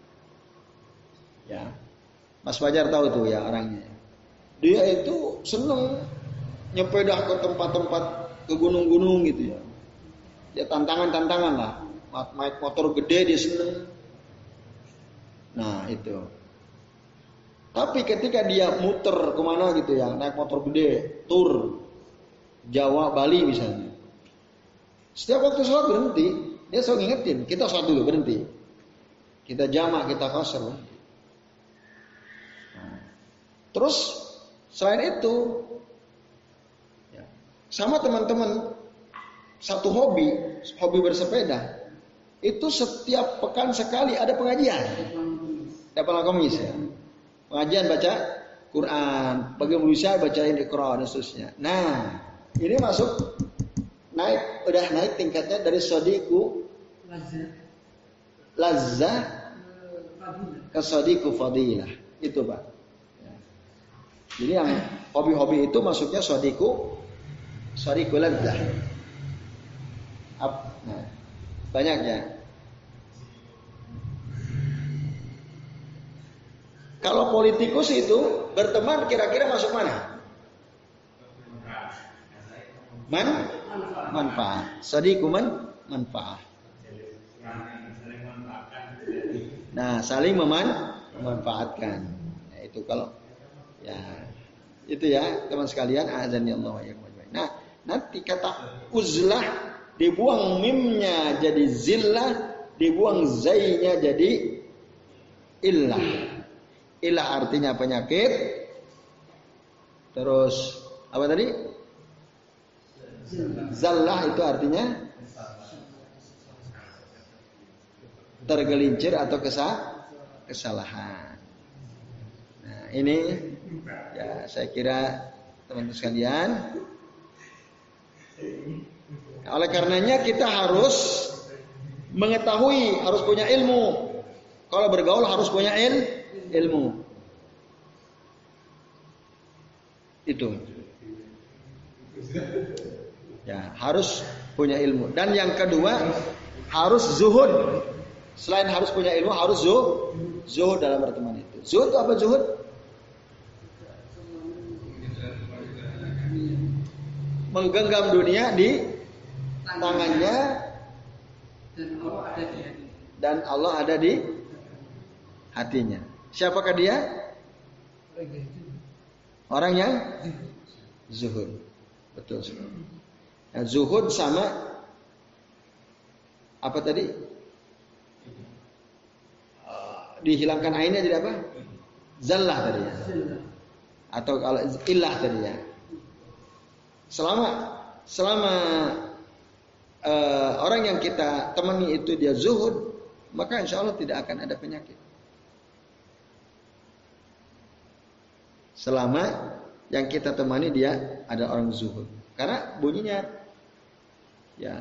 Ya. Mas Fajar tahu tuh ya orangnya. Dia itu seneng nyepeda ke tempat-tempat, ke gunung-gunung gitu ya. Dia tantangan-tantangan lah. Naik motor gede dia seneng. Nah itu. Tapi ketika dia muter kemana gitu ya, naik motor gede, tur Jawa, Bali misalnya. Setiap waktu sholat berhenti, dia selalu ngingetin, kita sholat dulu berhenti. Kita jamak, kita qasar. Nah. Terus selain itu, ya, sama teman-teman satu hobi, hobi bersepeda, itu setiap pekan sekali ada pengajian. Ada malam Kamis ya. Pengajian baca Quran, bagi manusia bacain Iqra dan seterusnya. Nah, ini masuk naik, udah naik tingkatnya dari sadiku lazah ke sadiku fadilah. Itu Pak. Ya. Jadi yang hobi-hobi itu masuknya sadiku sadiku lazah. Nah, banyak ya. Kalau politikus itu berteman kira-kira masuk mana? Man? Manfaat. Sadiku man? Manfaat. Nah, saling meman memanfaatkan. Nah, itu kalau ya itu ya teman sekalian, azan ya Allah wa iyyakum. Nah, Nanti kata uzlah dibuang mimnya jadi zillah, dibuang zainya jadi illah. Illah artinya penyakit. Terus apa tadi? Zallah itu artinya tergelincir atau kesal kesalahan. Nah, ini ya saya kira teman-teman sekalian. Oleh karenanya kita harus mengetahui, harus punya ilmu. Kalau bergaul harus punya il, ilmu. Itu. Ya, harus punya ilmu. Dan yang kedua, harus zuhud. Selain harus punya ilmu, harus zuhud, zuhud dalam berteman itu. Zuhud itu apa zuhud? Menggenggam dunia di tangannya dan Allah ada di hatinya. Siapakah dia? Orang yang zuhud. Betul sekali. Nah, zuhud sama apa tadi? Uh, dihilangkan ainnya jadi apa? Zallah tadi ya. Atau kalau illah tadi ya. Selama selama uh, orang yang kita temani itu dia zuhud, maka insya Allah tidak akan ada penyakit. Selama yang kita temani dia ada orang zuhud. Karena bunyinya ya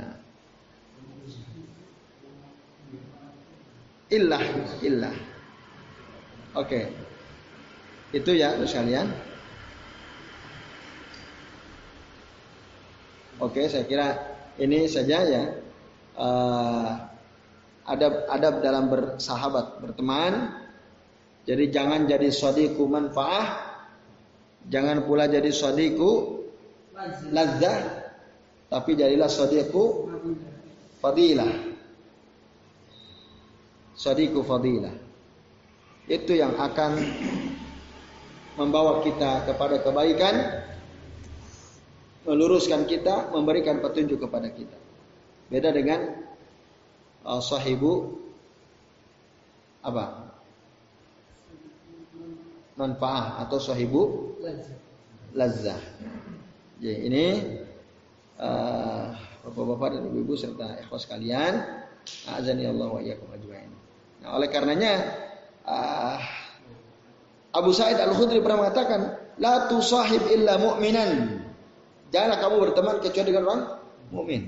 illah, illah. Oke. Itu ya sekalian. Oke, saya kira ini saja ya. Uh, adab-adab dalam bersahabat, berteman. Jadi jangan jadi shadiqu manfaah. Jangan pula jadi shadiqu ladzah, tapi jadilah shadiqu fadilah. Shadiqu fadilah. Itu yang akan membawa kita kepada kebaikan, meluruskan kita, memberikan petunjuk kepada kita. Beda dengan uh, sahibu apa? Manfaah atau sahibu lazah. Jadi ini uh, bapak-bapak dan ibu-ibu serta ikhwas sekalian, azani Allah wa iyyakum ajmain. Nah, oleh karenanya uh, Abu Sa'id Al-Khudri pernah mengatakan, la tusahib illa mu'minan. Janganlah kamu berteman kecuali dengan orang mukmin.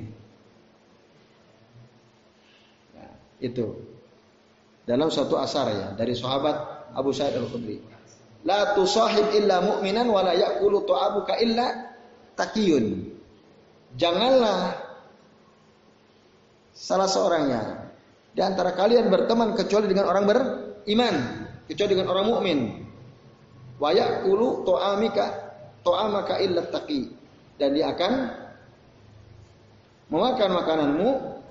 Nah, itu dalam suatu asar ya dari sahabat Abu Sa'id Al-Khudri. La tusahib illa mu'minan wa la ya'kulu ta'abuka illa taqiyun. Janganlah salah seorangnya di antara kalian berteman kecuali dengan orang beriman, kecuali dengan orang mukmin. Wa ya'kulu ta'amika ta'amaka illa taqi. Dan dia akan memakan makananmu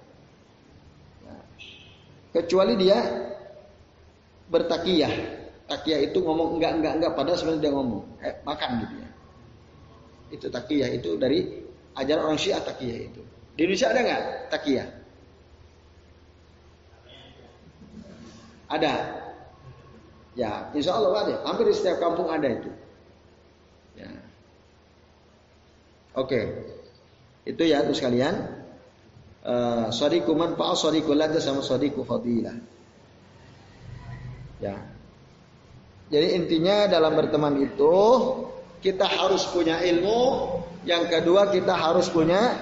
kecuali dia bertakiyah. Takiyah itu ngomong enggak enggak enggak padahal sebenarnya dia ngomong eh, makan gitu ya. Itu takiyah itu dari ajaran orang Syiah takiyah itu. Di Indonesia ada enggak takiyah? Ada. Ya, insya Allah ada. Hampir di setiap kampung ada itu. Ya. Oke. Itu ya terus kalian. Uh, Shadiqu manfa'ah, shadiqu ladza sama shadiqu fadilah. Ya. Jadi intinya dalam berteman itu kita harus punya ilmu, yang kedua kita harus punya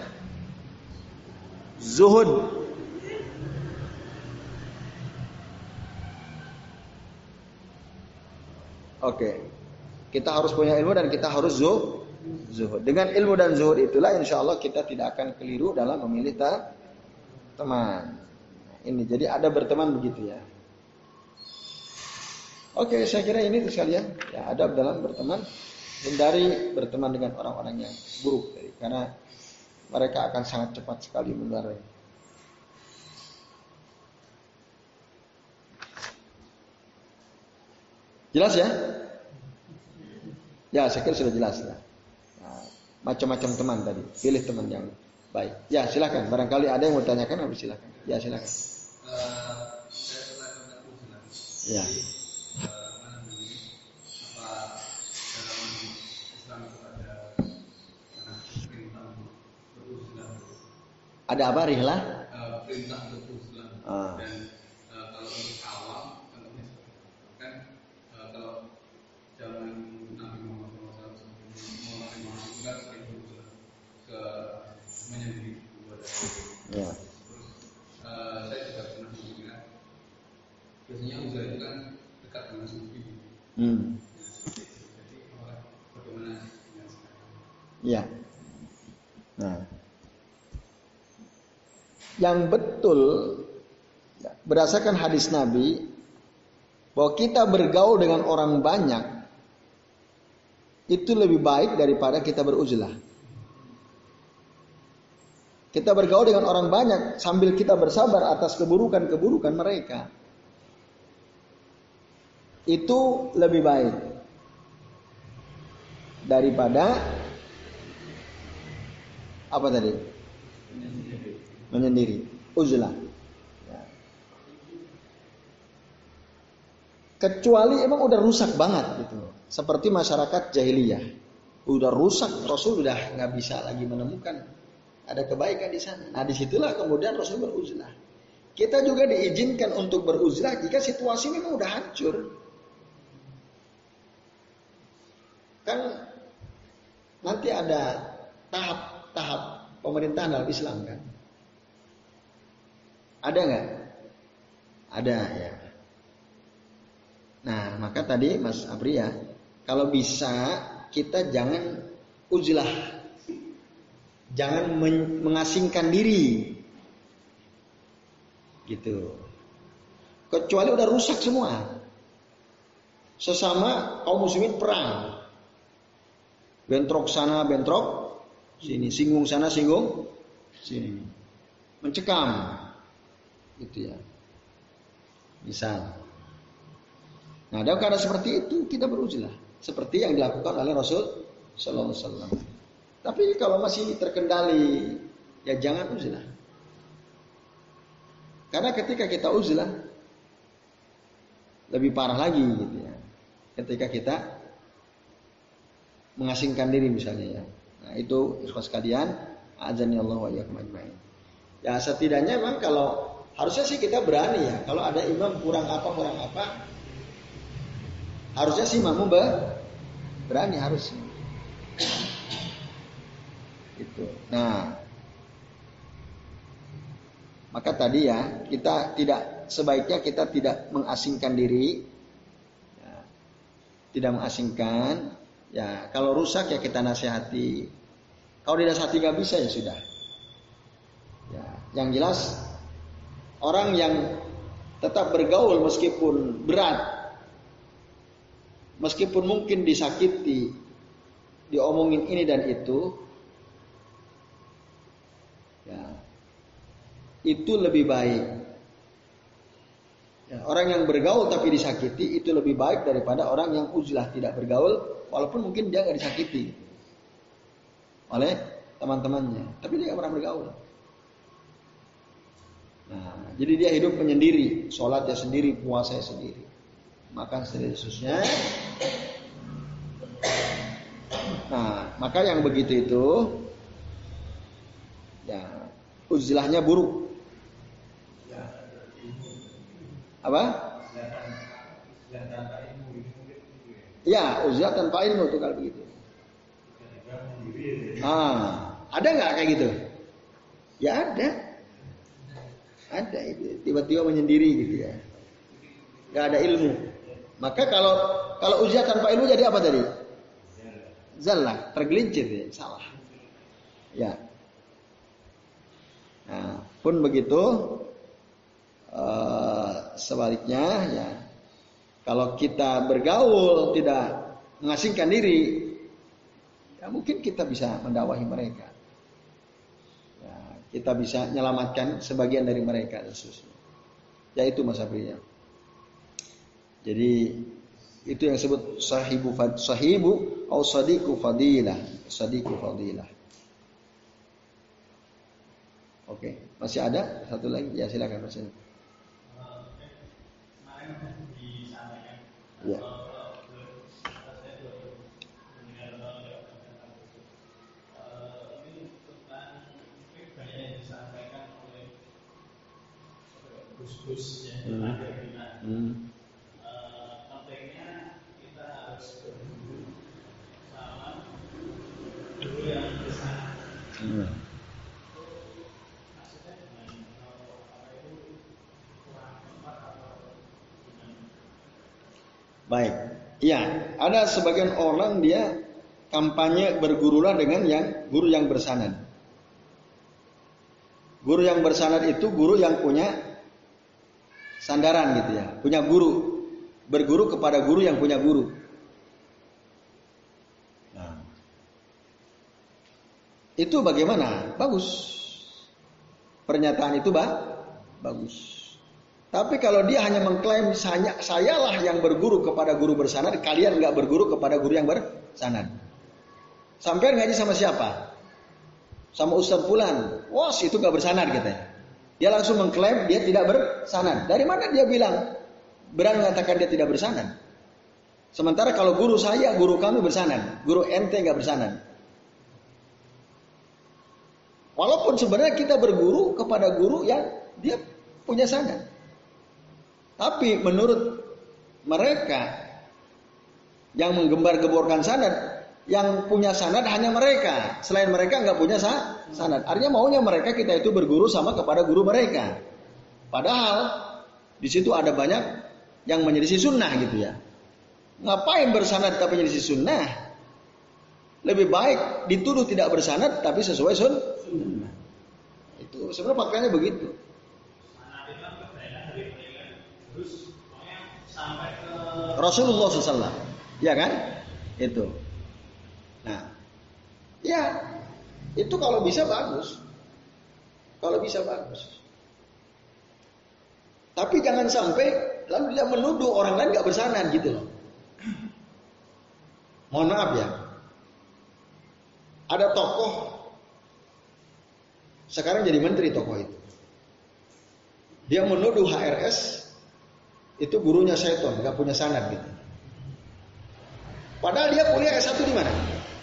zuhud. Oke. Kita harus punya ilmu dan kita harus zuhud. Zuhud. Dengan ilmu dan zuhud itulah insya Allah kita tidak akan keliru dalam memilih teman. Ini jadi ada berteman begitu ya. Oke, saya kira ini tuh sekalian. Ya, adab dalam berteman, hindari berteman dengan orang-orang yang buruk, jadi, karena mereka akan sangat cepat sekali menular. Jelas ya? Ya, saya kira sudah jelas ya. Nah, macam-macam teman tadi. Pilih teman yang baik. Ya silakan. Barangkali ada yang mau tanyakan, harus silakan. Ya silakan.
Uh, saya pernah tentang usulan.
Ya.
Jadi, uh, mana ini apa dalam Islam itu ada uh, perintah untuk berusulan?
Ada apa rihlah?
Uh, perintah untuk berusulan.
Ah.
Dan uh, kalau untuk awam, contohnya kan uh, kalau zaman Nabi Muhammad shallallahu alaihi wasallam mulai mengajukan sering berusulan ke menyendiri kepada
Ya.
Uh, saya juga pernah mendengar biasanya usaha itu kan dekat dengan sufi.
Hmm.
Jadi orang bagaimana dengan sekarang?
Ya. Nah, yang betul berdasarkan hadis Nabi bahwa kita bergaul dengan orang banyak itu lebih baik daripada kita beruzlah. Kita bergaul dengan orang banyak sambil kita bersabar atas keburukan-keburukan mereka. Itu lebih baik daripada apa tadi? Menyendiri. Menyendiri. Uzlah. Ya. Kecuali emang udah rusak banget gitu. Seperti masyarakat jahiliyah. Udah rusak, Rasul udah nggak bisa lagi menemukan ada kebaikan di sana. Nah disitulah kemudian Rasul beruzlah. Kita juga diizinkan untuk beruzlah jika situasi memang udah hancur. Kan nanti ada tahap-tahap pemerintahan dalam Islam kan? Ada nggak? Ada ya. Nah maka tadi Mas Abria, kalau bisa kita jangan uzlah. Jangan men- mengasingkan diri. Gitu. Kecuali udah rusak semua. Sesama kaum muslimin perang. Bentrok sana, bentrok sini, singgung sana, singgung sini. Mencekam. Gitu ya. Misal. Nah, dalam keadaan seperti itu kita beruzlah. Seperti yang dilakukan oleh Rasul sallallahu alaihi wasallam. Tapi kalau masih terkendali, ya jangan uzlah. Karena ketika kita uzlah, lebih parah lagi gitu ya. Ketika kita mengasingkan diri misalnya ya. Nah itu ikhwas sekalian, azani Allah wa iyyakum ajmain. Ya setidaknya memang kalau harusnya sih kita berani ya. Kalau ada imam kurang apa kurang apa, harusnya sih imam berani harusnya. Itu. Nah, maka tadi ya kita tidak sebaiknya kita tidak mengasingkan diri, ya, tidak mengasingkan. Ya kalau rusak ya kita nasihati. Kalau dinasihati nggak bisa ya sudah. Ya, yang jelas orang yang tetap bergaul meskipun berat, meskipun mungkin disakiti, diomongin ini dan itu. Ya, itu lebih baik. Ya, orang yang bergaul tapi disakiti itu lebih baik daripada orang yang uzlah tidak bergaul, walaupun mungkin dia nggak disakiti oleh teman-temannya, tapi dia nggak pernah bergaul. Nah, jadi dia hidup menyendiri, sholatnya sendiri, puasanya sendiri, makan sendiri khususnya. Nah, maka yang begitu itu, ya uzlahnya buruk. Apa? Ya, uzlah tanpa ilmu tuh kalau begitu. Ah, ada nggak kayak gitu? Ya ada, ada itu tiba-tiba menyendiri gitu ya, nggak ada ilmu. Maka kalau kalau uzlah tanpa ilmu jadi apa tadi? Zallah, tergelincir ya, salah. Ya. Nah, pun begitu uh, sebaliknya ya. Kalau kita bergaul tidak mengasingkan diri, ya mungkin kita bisa mendakwahi mereka. Ya, kita bisa menyelamatkan sebagian dari mereka khususnya. Ya itu Mas Abriya. Jadi Itu yang disebut sahibu sahibu atau sadiqu fadilah, sadiqu fadilah. Oke, masih ada satu lagi? Ya silakan Mas. Ya.
Gus-gus yang
Hmm.
ada di mana.
Hmm.
Pentingnya kita harus berguru sama guru yang besar.
Hmm.
Maksudnya dengan apa itu kurang tempat atau gimana?
Baik. Iya, ada sebagian orang dia kampanye bergurulah dengan yang guru yang bersanad. Guru yang bersanad itu guru yang punya sandaran gitu ya, punya guru, berguru kepada guru yang punya guru. Nah, itu bagaimana? Bagus. Pernyataan itu bah, bagus. Tapi kalau dia hanya mengklaim saya, sayalah yang berguru kepada guru bersanad, kalian nggak berguru kepada guru yang bersanad. Sampai ngaji sama siapa? Sama Ustadz Fulan. Wah, itu nggak bersanad katanya. Dia langsung mengklaim dia tidak bersanad. Dari mana dia bilang? Berani mengatakan dia tidak bersanad. Sementara kalau guru saya, guru kami bersanad. Guru ente nggak bersanad. Walaupun sebenarnya kita berguru kepada guru yang dia punya sanad. Tapi menurut mereka yang menggembar-gemborkan sanad, yang punya sanad hanya mereka. Selain mereka nggak punya sanad. Artinya maunya mereka kita itu berguru sama kepada guru mereka. Padahal di situ ada banyak yang menyelisih sunnah gitu ya. Ngapain bersanad tapi menyelisih sunnah? Lebih baik dituduh tidak bersanad tapi sesuai sunnah. Itu sebenarnya faktanya begitu. Rasulullah shallallahu alaihi wasallam, ya kan? Itu. Nah, ya itu kalau bisa bagus, kalau bisa bagus. Tapi jangan sampai lalu dia menuduh orang lain nggak bersanad gitu loh. Mohon maaf ya, ada tokoh sekarang jadi menteri tokoh itu. Dia menuduh H R S itu gurunya seton, nggak punya sanad gitu. Padahal dia kuliah S satu di mana?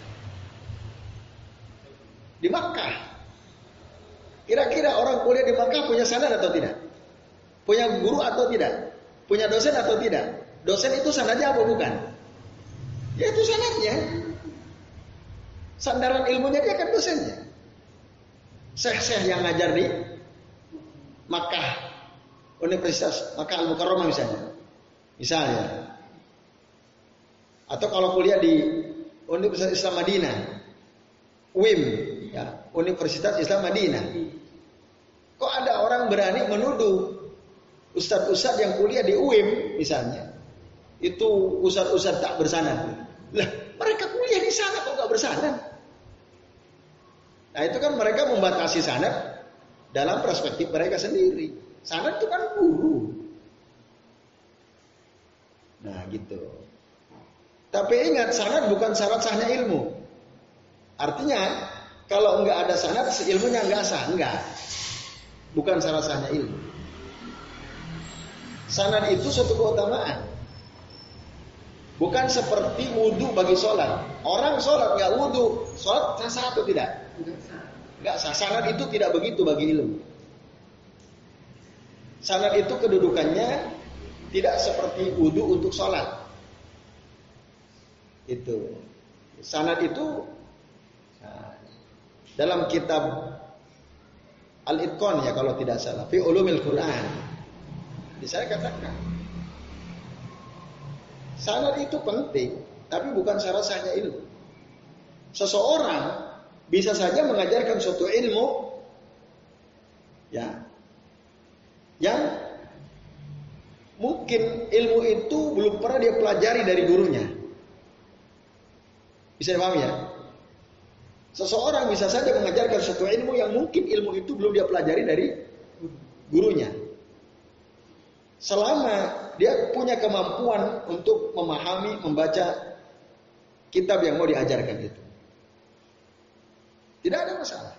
Di Makkah. Kira-kira orang kuliah di Makkah punya sanad atau tidak? Punya guru atau tidak? Punya dosen atau tidak? Dosen itu sanadnya apa bukan? Ya itu sanadnya. Sandaran ilmunya dia kan dosennya. Syekh-syekh yang ngajar di Makkah, Universitas Makkah Al-Mukarramah misalnya. Misalnya. Atau kalau kuliah di Universitas Islam Madinah, U I M, ya, Universitas Islam Madinah. Kok ada orang berani menuduh ustadz-ustadz yang kuliah di U I M misalnya, itu ustadz-ustadz tak bersanad? Lah, mereka kuliah di sana kok nggak bersanad? Nah itu kan mereka membatasi sanad dalam perspektif mereka sendiri. Sanad itu kan guru. Nah gitu. Tapi ingat, sanad bukan syarat sahnya ilmu. Artinya kalau nggak ada sanad, ilmunya nggak sah, enggak. Bukan syarat sahnya ilmu. Sanad itu suatu keutamaan. Bukan seperti wudhu bagi sholat. Orang sholat nggak wudhu, sholat sah atau tidak? Nggak sah. Sanad itu tidak begitu bagi ilmu. Sanad itu kedudukannya tidak seperti wudhu untuk sholat. Itu. Sanad itu nah, dalam kitab Al-Itqan ya kalau tidak salah, fi ulumil Quran. Di sana katakan sanad itu penting, tapi bukan syarat sahnya ilmu. Seseorang bisa saja mengajarkan suatu ilmu ya yang mungkin ilmu itu belum pernah dia pelajari dari gurunya. Bisa dipahami ya? Seseorang bisa saja mengajarkan suatu ilmu yang mungkin ilmu itu belum dia pelajari dari gurunya. Selama dia punya kemampuan untuk memahami, membaca kitab yang mau diajarkan itu. Tidak ada masalah.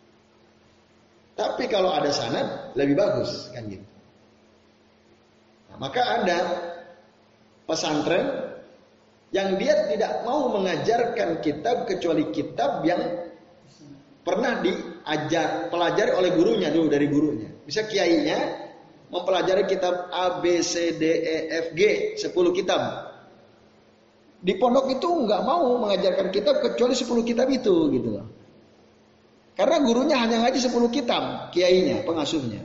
Tapi kalau ada sanad lebih bagus kan gitu. Nah, maka ada pesantren yang dia tidak mau mengajarkan kitab kecuali kitab yang pernah diajar pelajari oleh gurunya dulu dari gurunya. Bisa kiainya mempelajari kitab A B C D E F G sepuluh kitab. Di pondok itu nggak mau mengajarkan kitab kecuali sepuluh kitab itu gitu loh. Karena gurunya hanya ngaji sepuluh kitab, kiainya, pengasuhnya.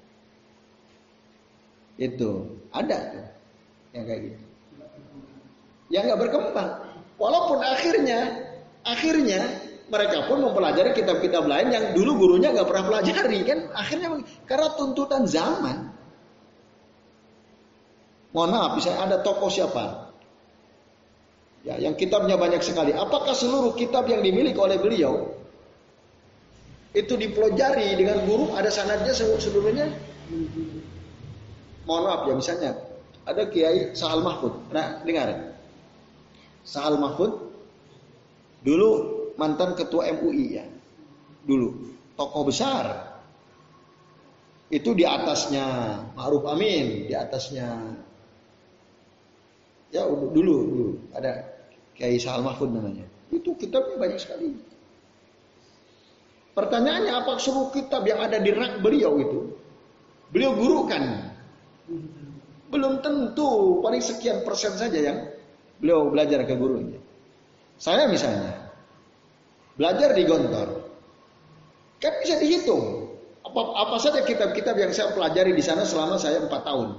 Itu ada tuh yang kayak gitu. Yang nggak berkembang. Walaupun akhirnya, akhirnya mereka pun mempelajari kitab-kitab lain yang dulu gurunya nggak pernah pelajari kan. Akhirnya karena tuntutan zaman. Mohon maaf, misalnya ada tokoh siapa? Ya, yang kitabnya banyak sekali. Apakah seluruh kitab yang dimiliki oleh beliau itu dipelajari dengan guru, ada sanadnya seluruhnya? Mohon maaf ya, misalnya ada Kiai Sahal Mahfud. Nah, dengar. Sahal Mahfud dulu mantan ketua M U I ya. Dulu tokoh besar. Itu di atasnya Ma'ruf Amin, di atasnya ya dulu dulu ada Kiai Sahal Mahfud namanya. Itu kitabnya banyak sekali. Pertanyaannya, apa seluruh kitab yang ada di rak beliau itu beliau gurukan? Belum tentu, paling sekian persen saja yang beliau belajar ke gurunya. Saya misalnya belajar di Gontor, kan bisa dihitung apa, apa saja kitab-kitab yang saya pelajari di sana selama saya empat tahun.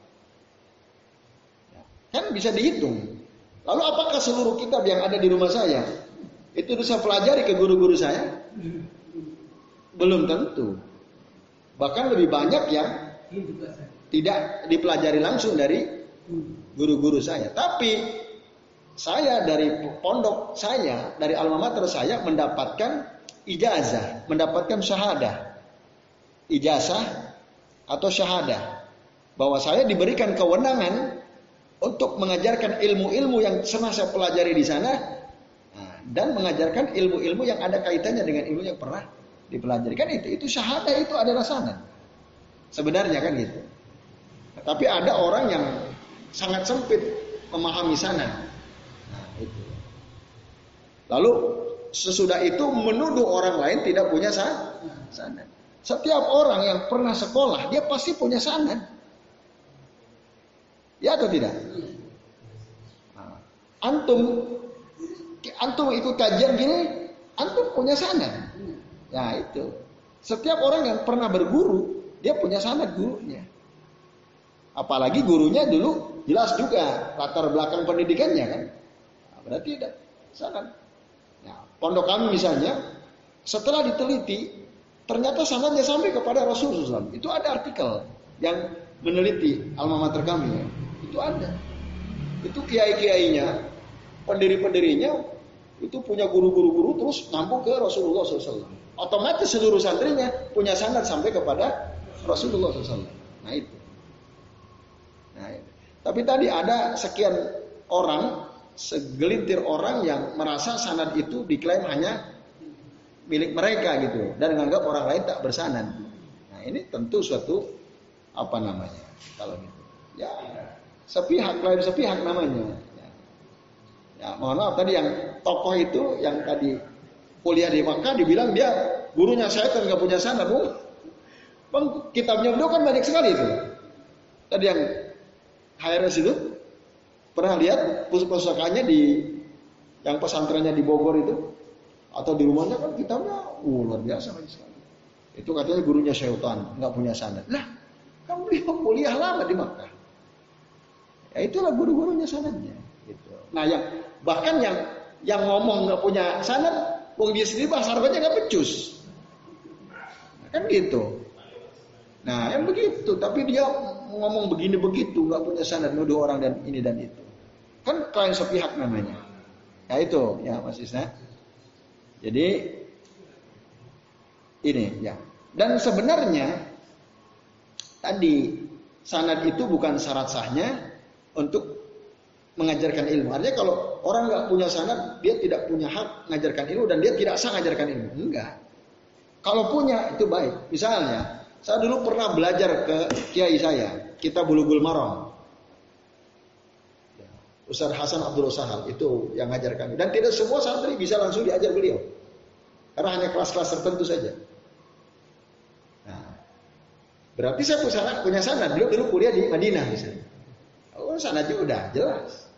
Kan bisa dihitung. Lalu apakah seluruh kitab yang ada di rumah saya itu bisa pelajari ke guru-guru saya? Belum tentu. Bahkan lebih banyak yang tidak dipelajari langsung dari guru-guru saya. Tapi saya dari pondok saya, dari alma mater saya mendapatkan ijazah, mendapatkan syahadah. Ijazah atau syahadah. Bahwa saya diberikan kewenangan untuk mengajarkan ilmu-ilmu yang pernah saya pelajari di sana. Dan mengajarkan ilmu-ilmu yang ada kaitannya dengan ilmu yang pernah dipelajari. Kan itu, itu syahadah, itu adalah sanad. Sebenarnya kan gitu. Tapi ada orang yang sangat sempit memahami sanad. Nah, itu. Lalu sesudah itu menuduh orang lain tidak punya sanad. Setiap orang yang pernah sekolah dia pasti punya sanad. Ya atau tidak? Nah, antum antum ikut kajian gini, antum punya sanad. Nah itu. Setiap orang yang pernah berguru, dia punya sanad gurunya. Apalagi gurunya dulu jelas juga latar belakang pendidikannya kan. Nah, berarti ada sanad. Nah, pondok kami misalnya, setelah diteliti, ternyata sanadnya sampai kepada Rasulullah shallallahu alaihi wasallam. Itu ada artikel yang meneliti alma mater kami. Ya. Itu ada. Itu kiai-kiainya, pendiri-pendirinya, itu punya guru-guru-guru terus nyambung ke Rasulullah shallallahu alaihi wasallam. Otomatis seluruh santrinya punya sanad sampai kepada Rasulullah shallallahu alaihi wasallam. Nah itu. Nah, itu. Tapi tadi ada sekian orang, segelintir orang yang merasa sanad itu diklaim hanya milik mereka gitu, dan menganggap orang lain tak bersanad. Nah ini tentu suatu apa namanya kalau gitu? Ya sepihak, klaim sepihak namanya. Ya, ya mohon maaf tadi yang tokoh itu yang tadi kuliah di Makkah dibilang dia gurunya saya kan nggak punya sanad. Oh, bang kitabnya beliau kan banyak sekali itu. Tadi yang H R S itu pernah lihat pusakanya di yang pesantrennya di Bogor itu atau di rumahnya kan kitabnya uh, luar biasa banyak sekali. Itu katanya gurunya syaitan nggak punya sanad. Lah kan beliau kuliah lama di Makkah. Ya itulah guru-gurunya sanadnya. Gitu. Nah yang bahkan yang yang ngomong nggak punya sanad, wong dia sendiri bahasa Arabnya nggak becus, nah, kan gitu. Nah yang begitu, tapi dia ngomong begini begitu, nggak punya sanad, nuduh orang dan ini dan itu, kan klien sepihak namanya. Ya itu, ya Mas Isna. Jadi ini ya. Dan sebenarnya tadi sanad itu bukan syarat sahnya untuk mengajarkan ilmu. Artinya kalau orang nggak punya sanad, dia tidak punya hak mengajarkan ilmu dan dia tidak sah mengajarkan ilmu. Enggak. Kalau punya itu baik. Misalnya, saya dulu pernah belajar ke kiai saya, Kitab Bulughul Maram. Ustaz Hasan Abdul Sahal itu yang ngajar kami. Dan tidak semua santri bisa langsung diajar beliau. Karena hanya kelas-kelas tertentu saja. Nah, berarti saya punya, punya sanad. Dulu dulu kuliah di Madinah misalnya. Oh, sanadnya udah jelas.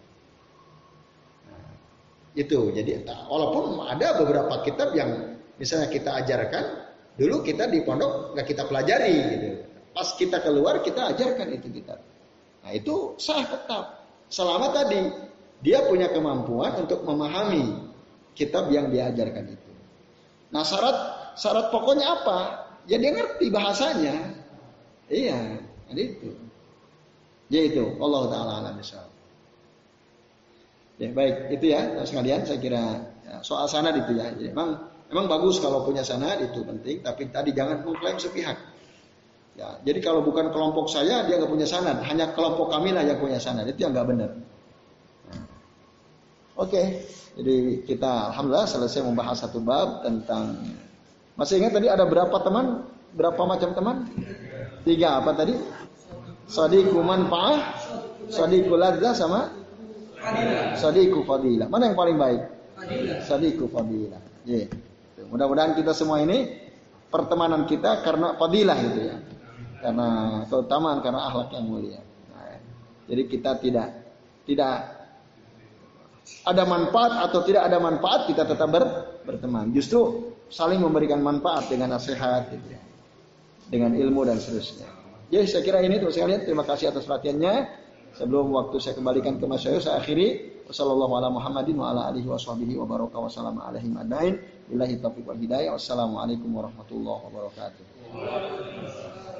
Nah, itu. Jadi walaupun ada beberapa kitab yang misalnya kita ajarkan, dulu kita di pondok nggak kita pelajari gitu. Pas kita keluar kita ajarkan itu kitab. Nah, itu sah tetap. Selama tadi dia punya kemampuan untuk memahami kitab yang diajarkan itu. Nah, syarat syarat pokoknya apa? Ya dia ngerti bahasanya. Iya, itu. Ya itu, Allah Taala alam bisawab. Ya baik, itu ya, sekalian saya kira ya, soal sanad itu ya. Jadi, memang memang bagus kalau punya sanad itu penting, tapi tadi jangan mengklaim sepihak. Ya, jadi kalau bukan kelompok saya dia nggak punya sanad, hanya kelompok kami lah yang punya sanad, itu yang nggak benar. Nah. Oke, okay. Jadi kita alhamdulillah selesai membahas satu bab tentang. Masih ingat tadi ada berapa teman? Berapa macam teman? Tiga apa tadi? Sadiqu manfa'ah, sadiqu ladzah sama sadiqu fadilah. Mana yang paling baik? Sadiqu fadilah. Yeah. Mudah-mudahan kita semua ini pertemanan kita karena fadilah gitu ya. Karena keutamaan, karena akhlak yang mulia. Nah, jadi kita tidak tidak ada manfaat atau tidak ada manfaat kita tetap ber, berteman. Justru saling memberikan manfaat dengan nasihat, gitu ya, dengan ilmu dan seterusnya. Jadi saya kira ini terus sekalian. Terima kasih atas perhatiannya. Sebelum waktu saya kembalikan ke Mas Yoyo, saya akhiri. Wassalamualaikum warahmatullahi wabarakatuh. Wassalamualaikum warahmatullahi wabarakatuh.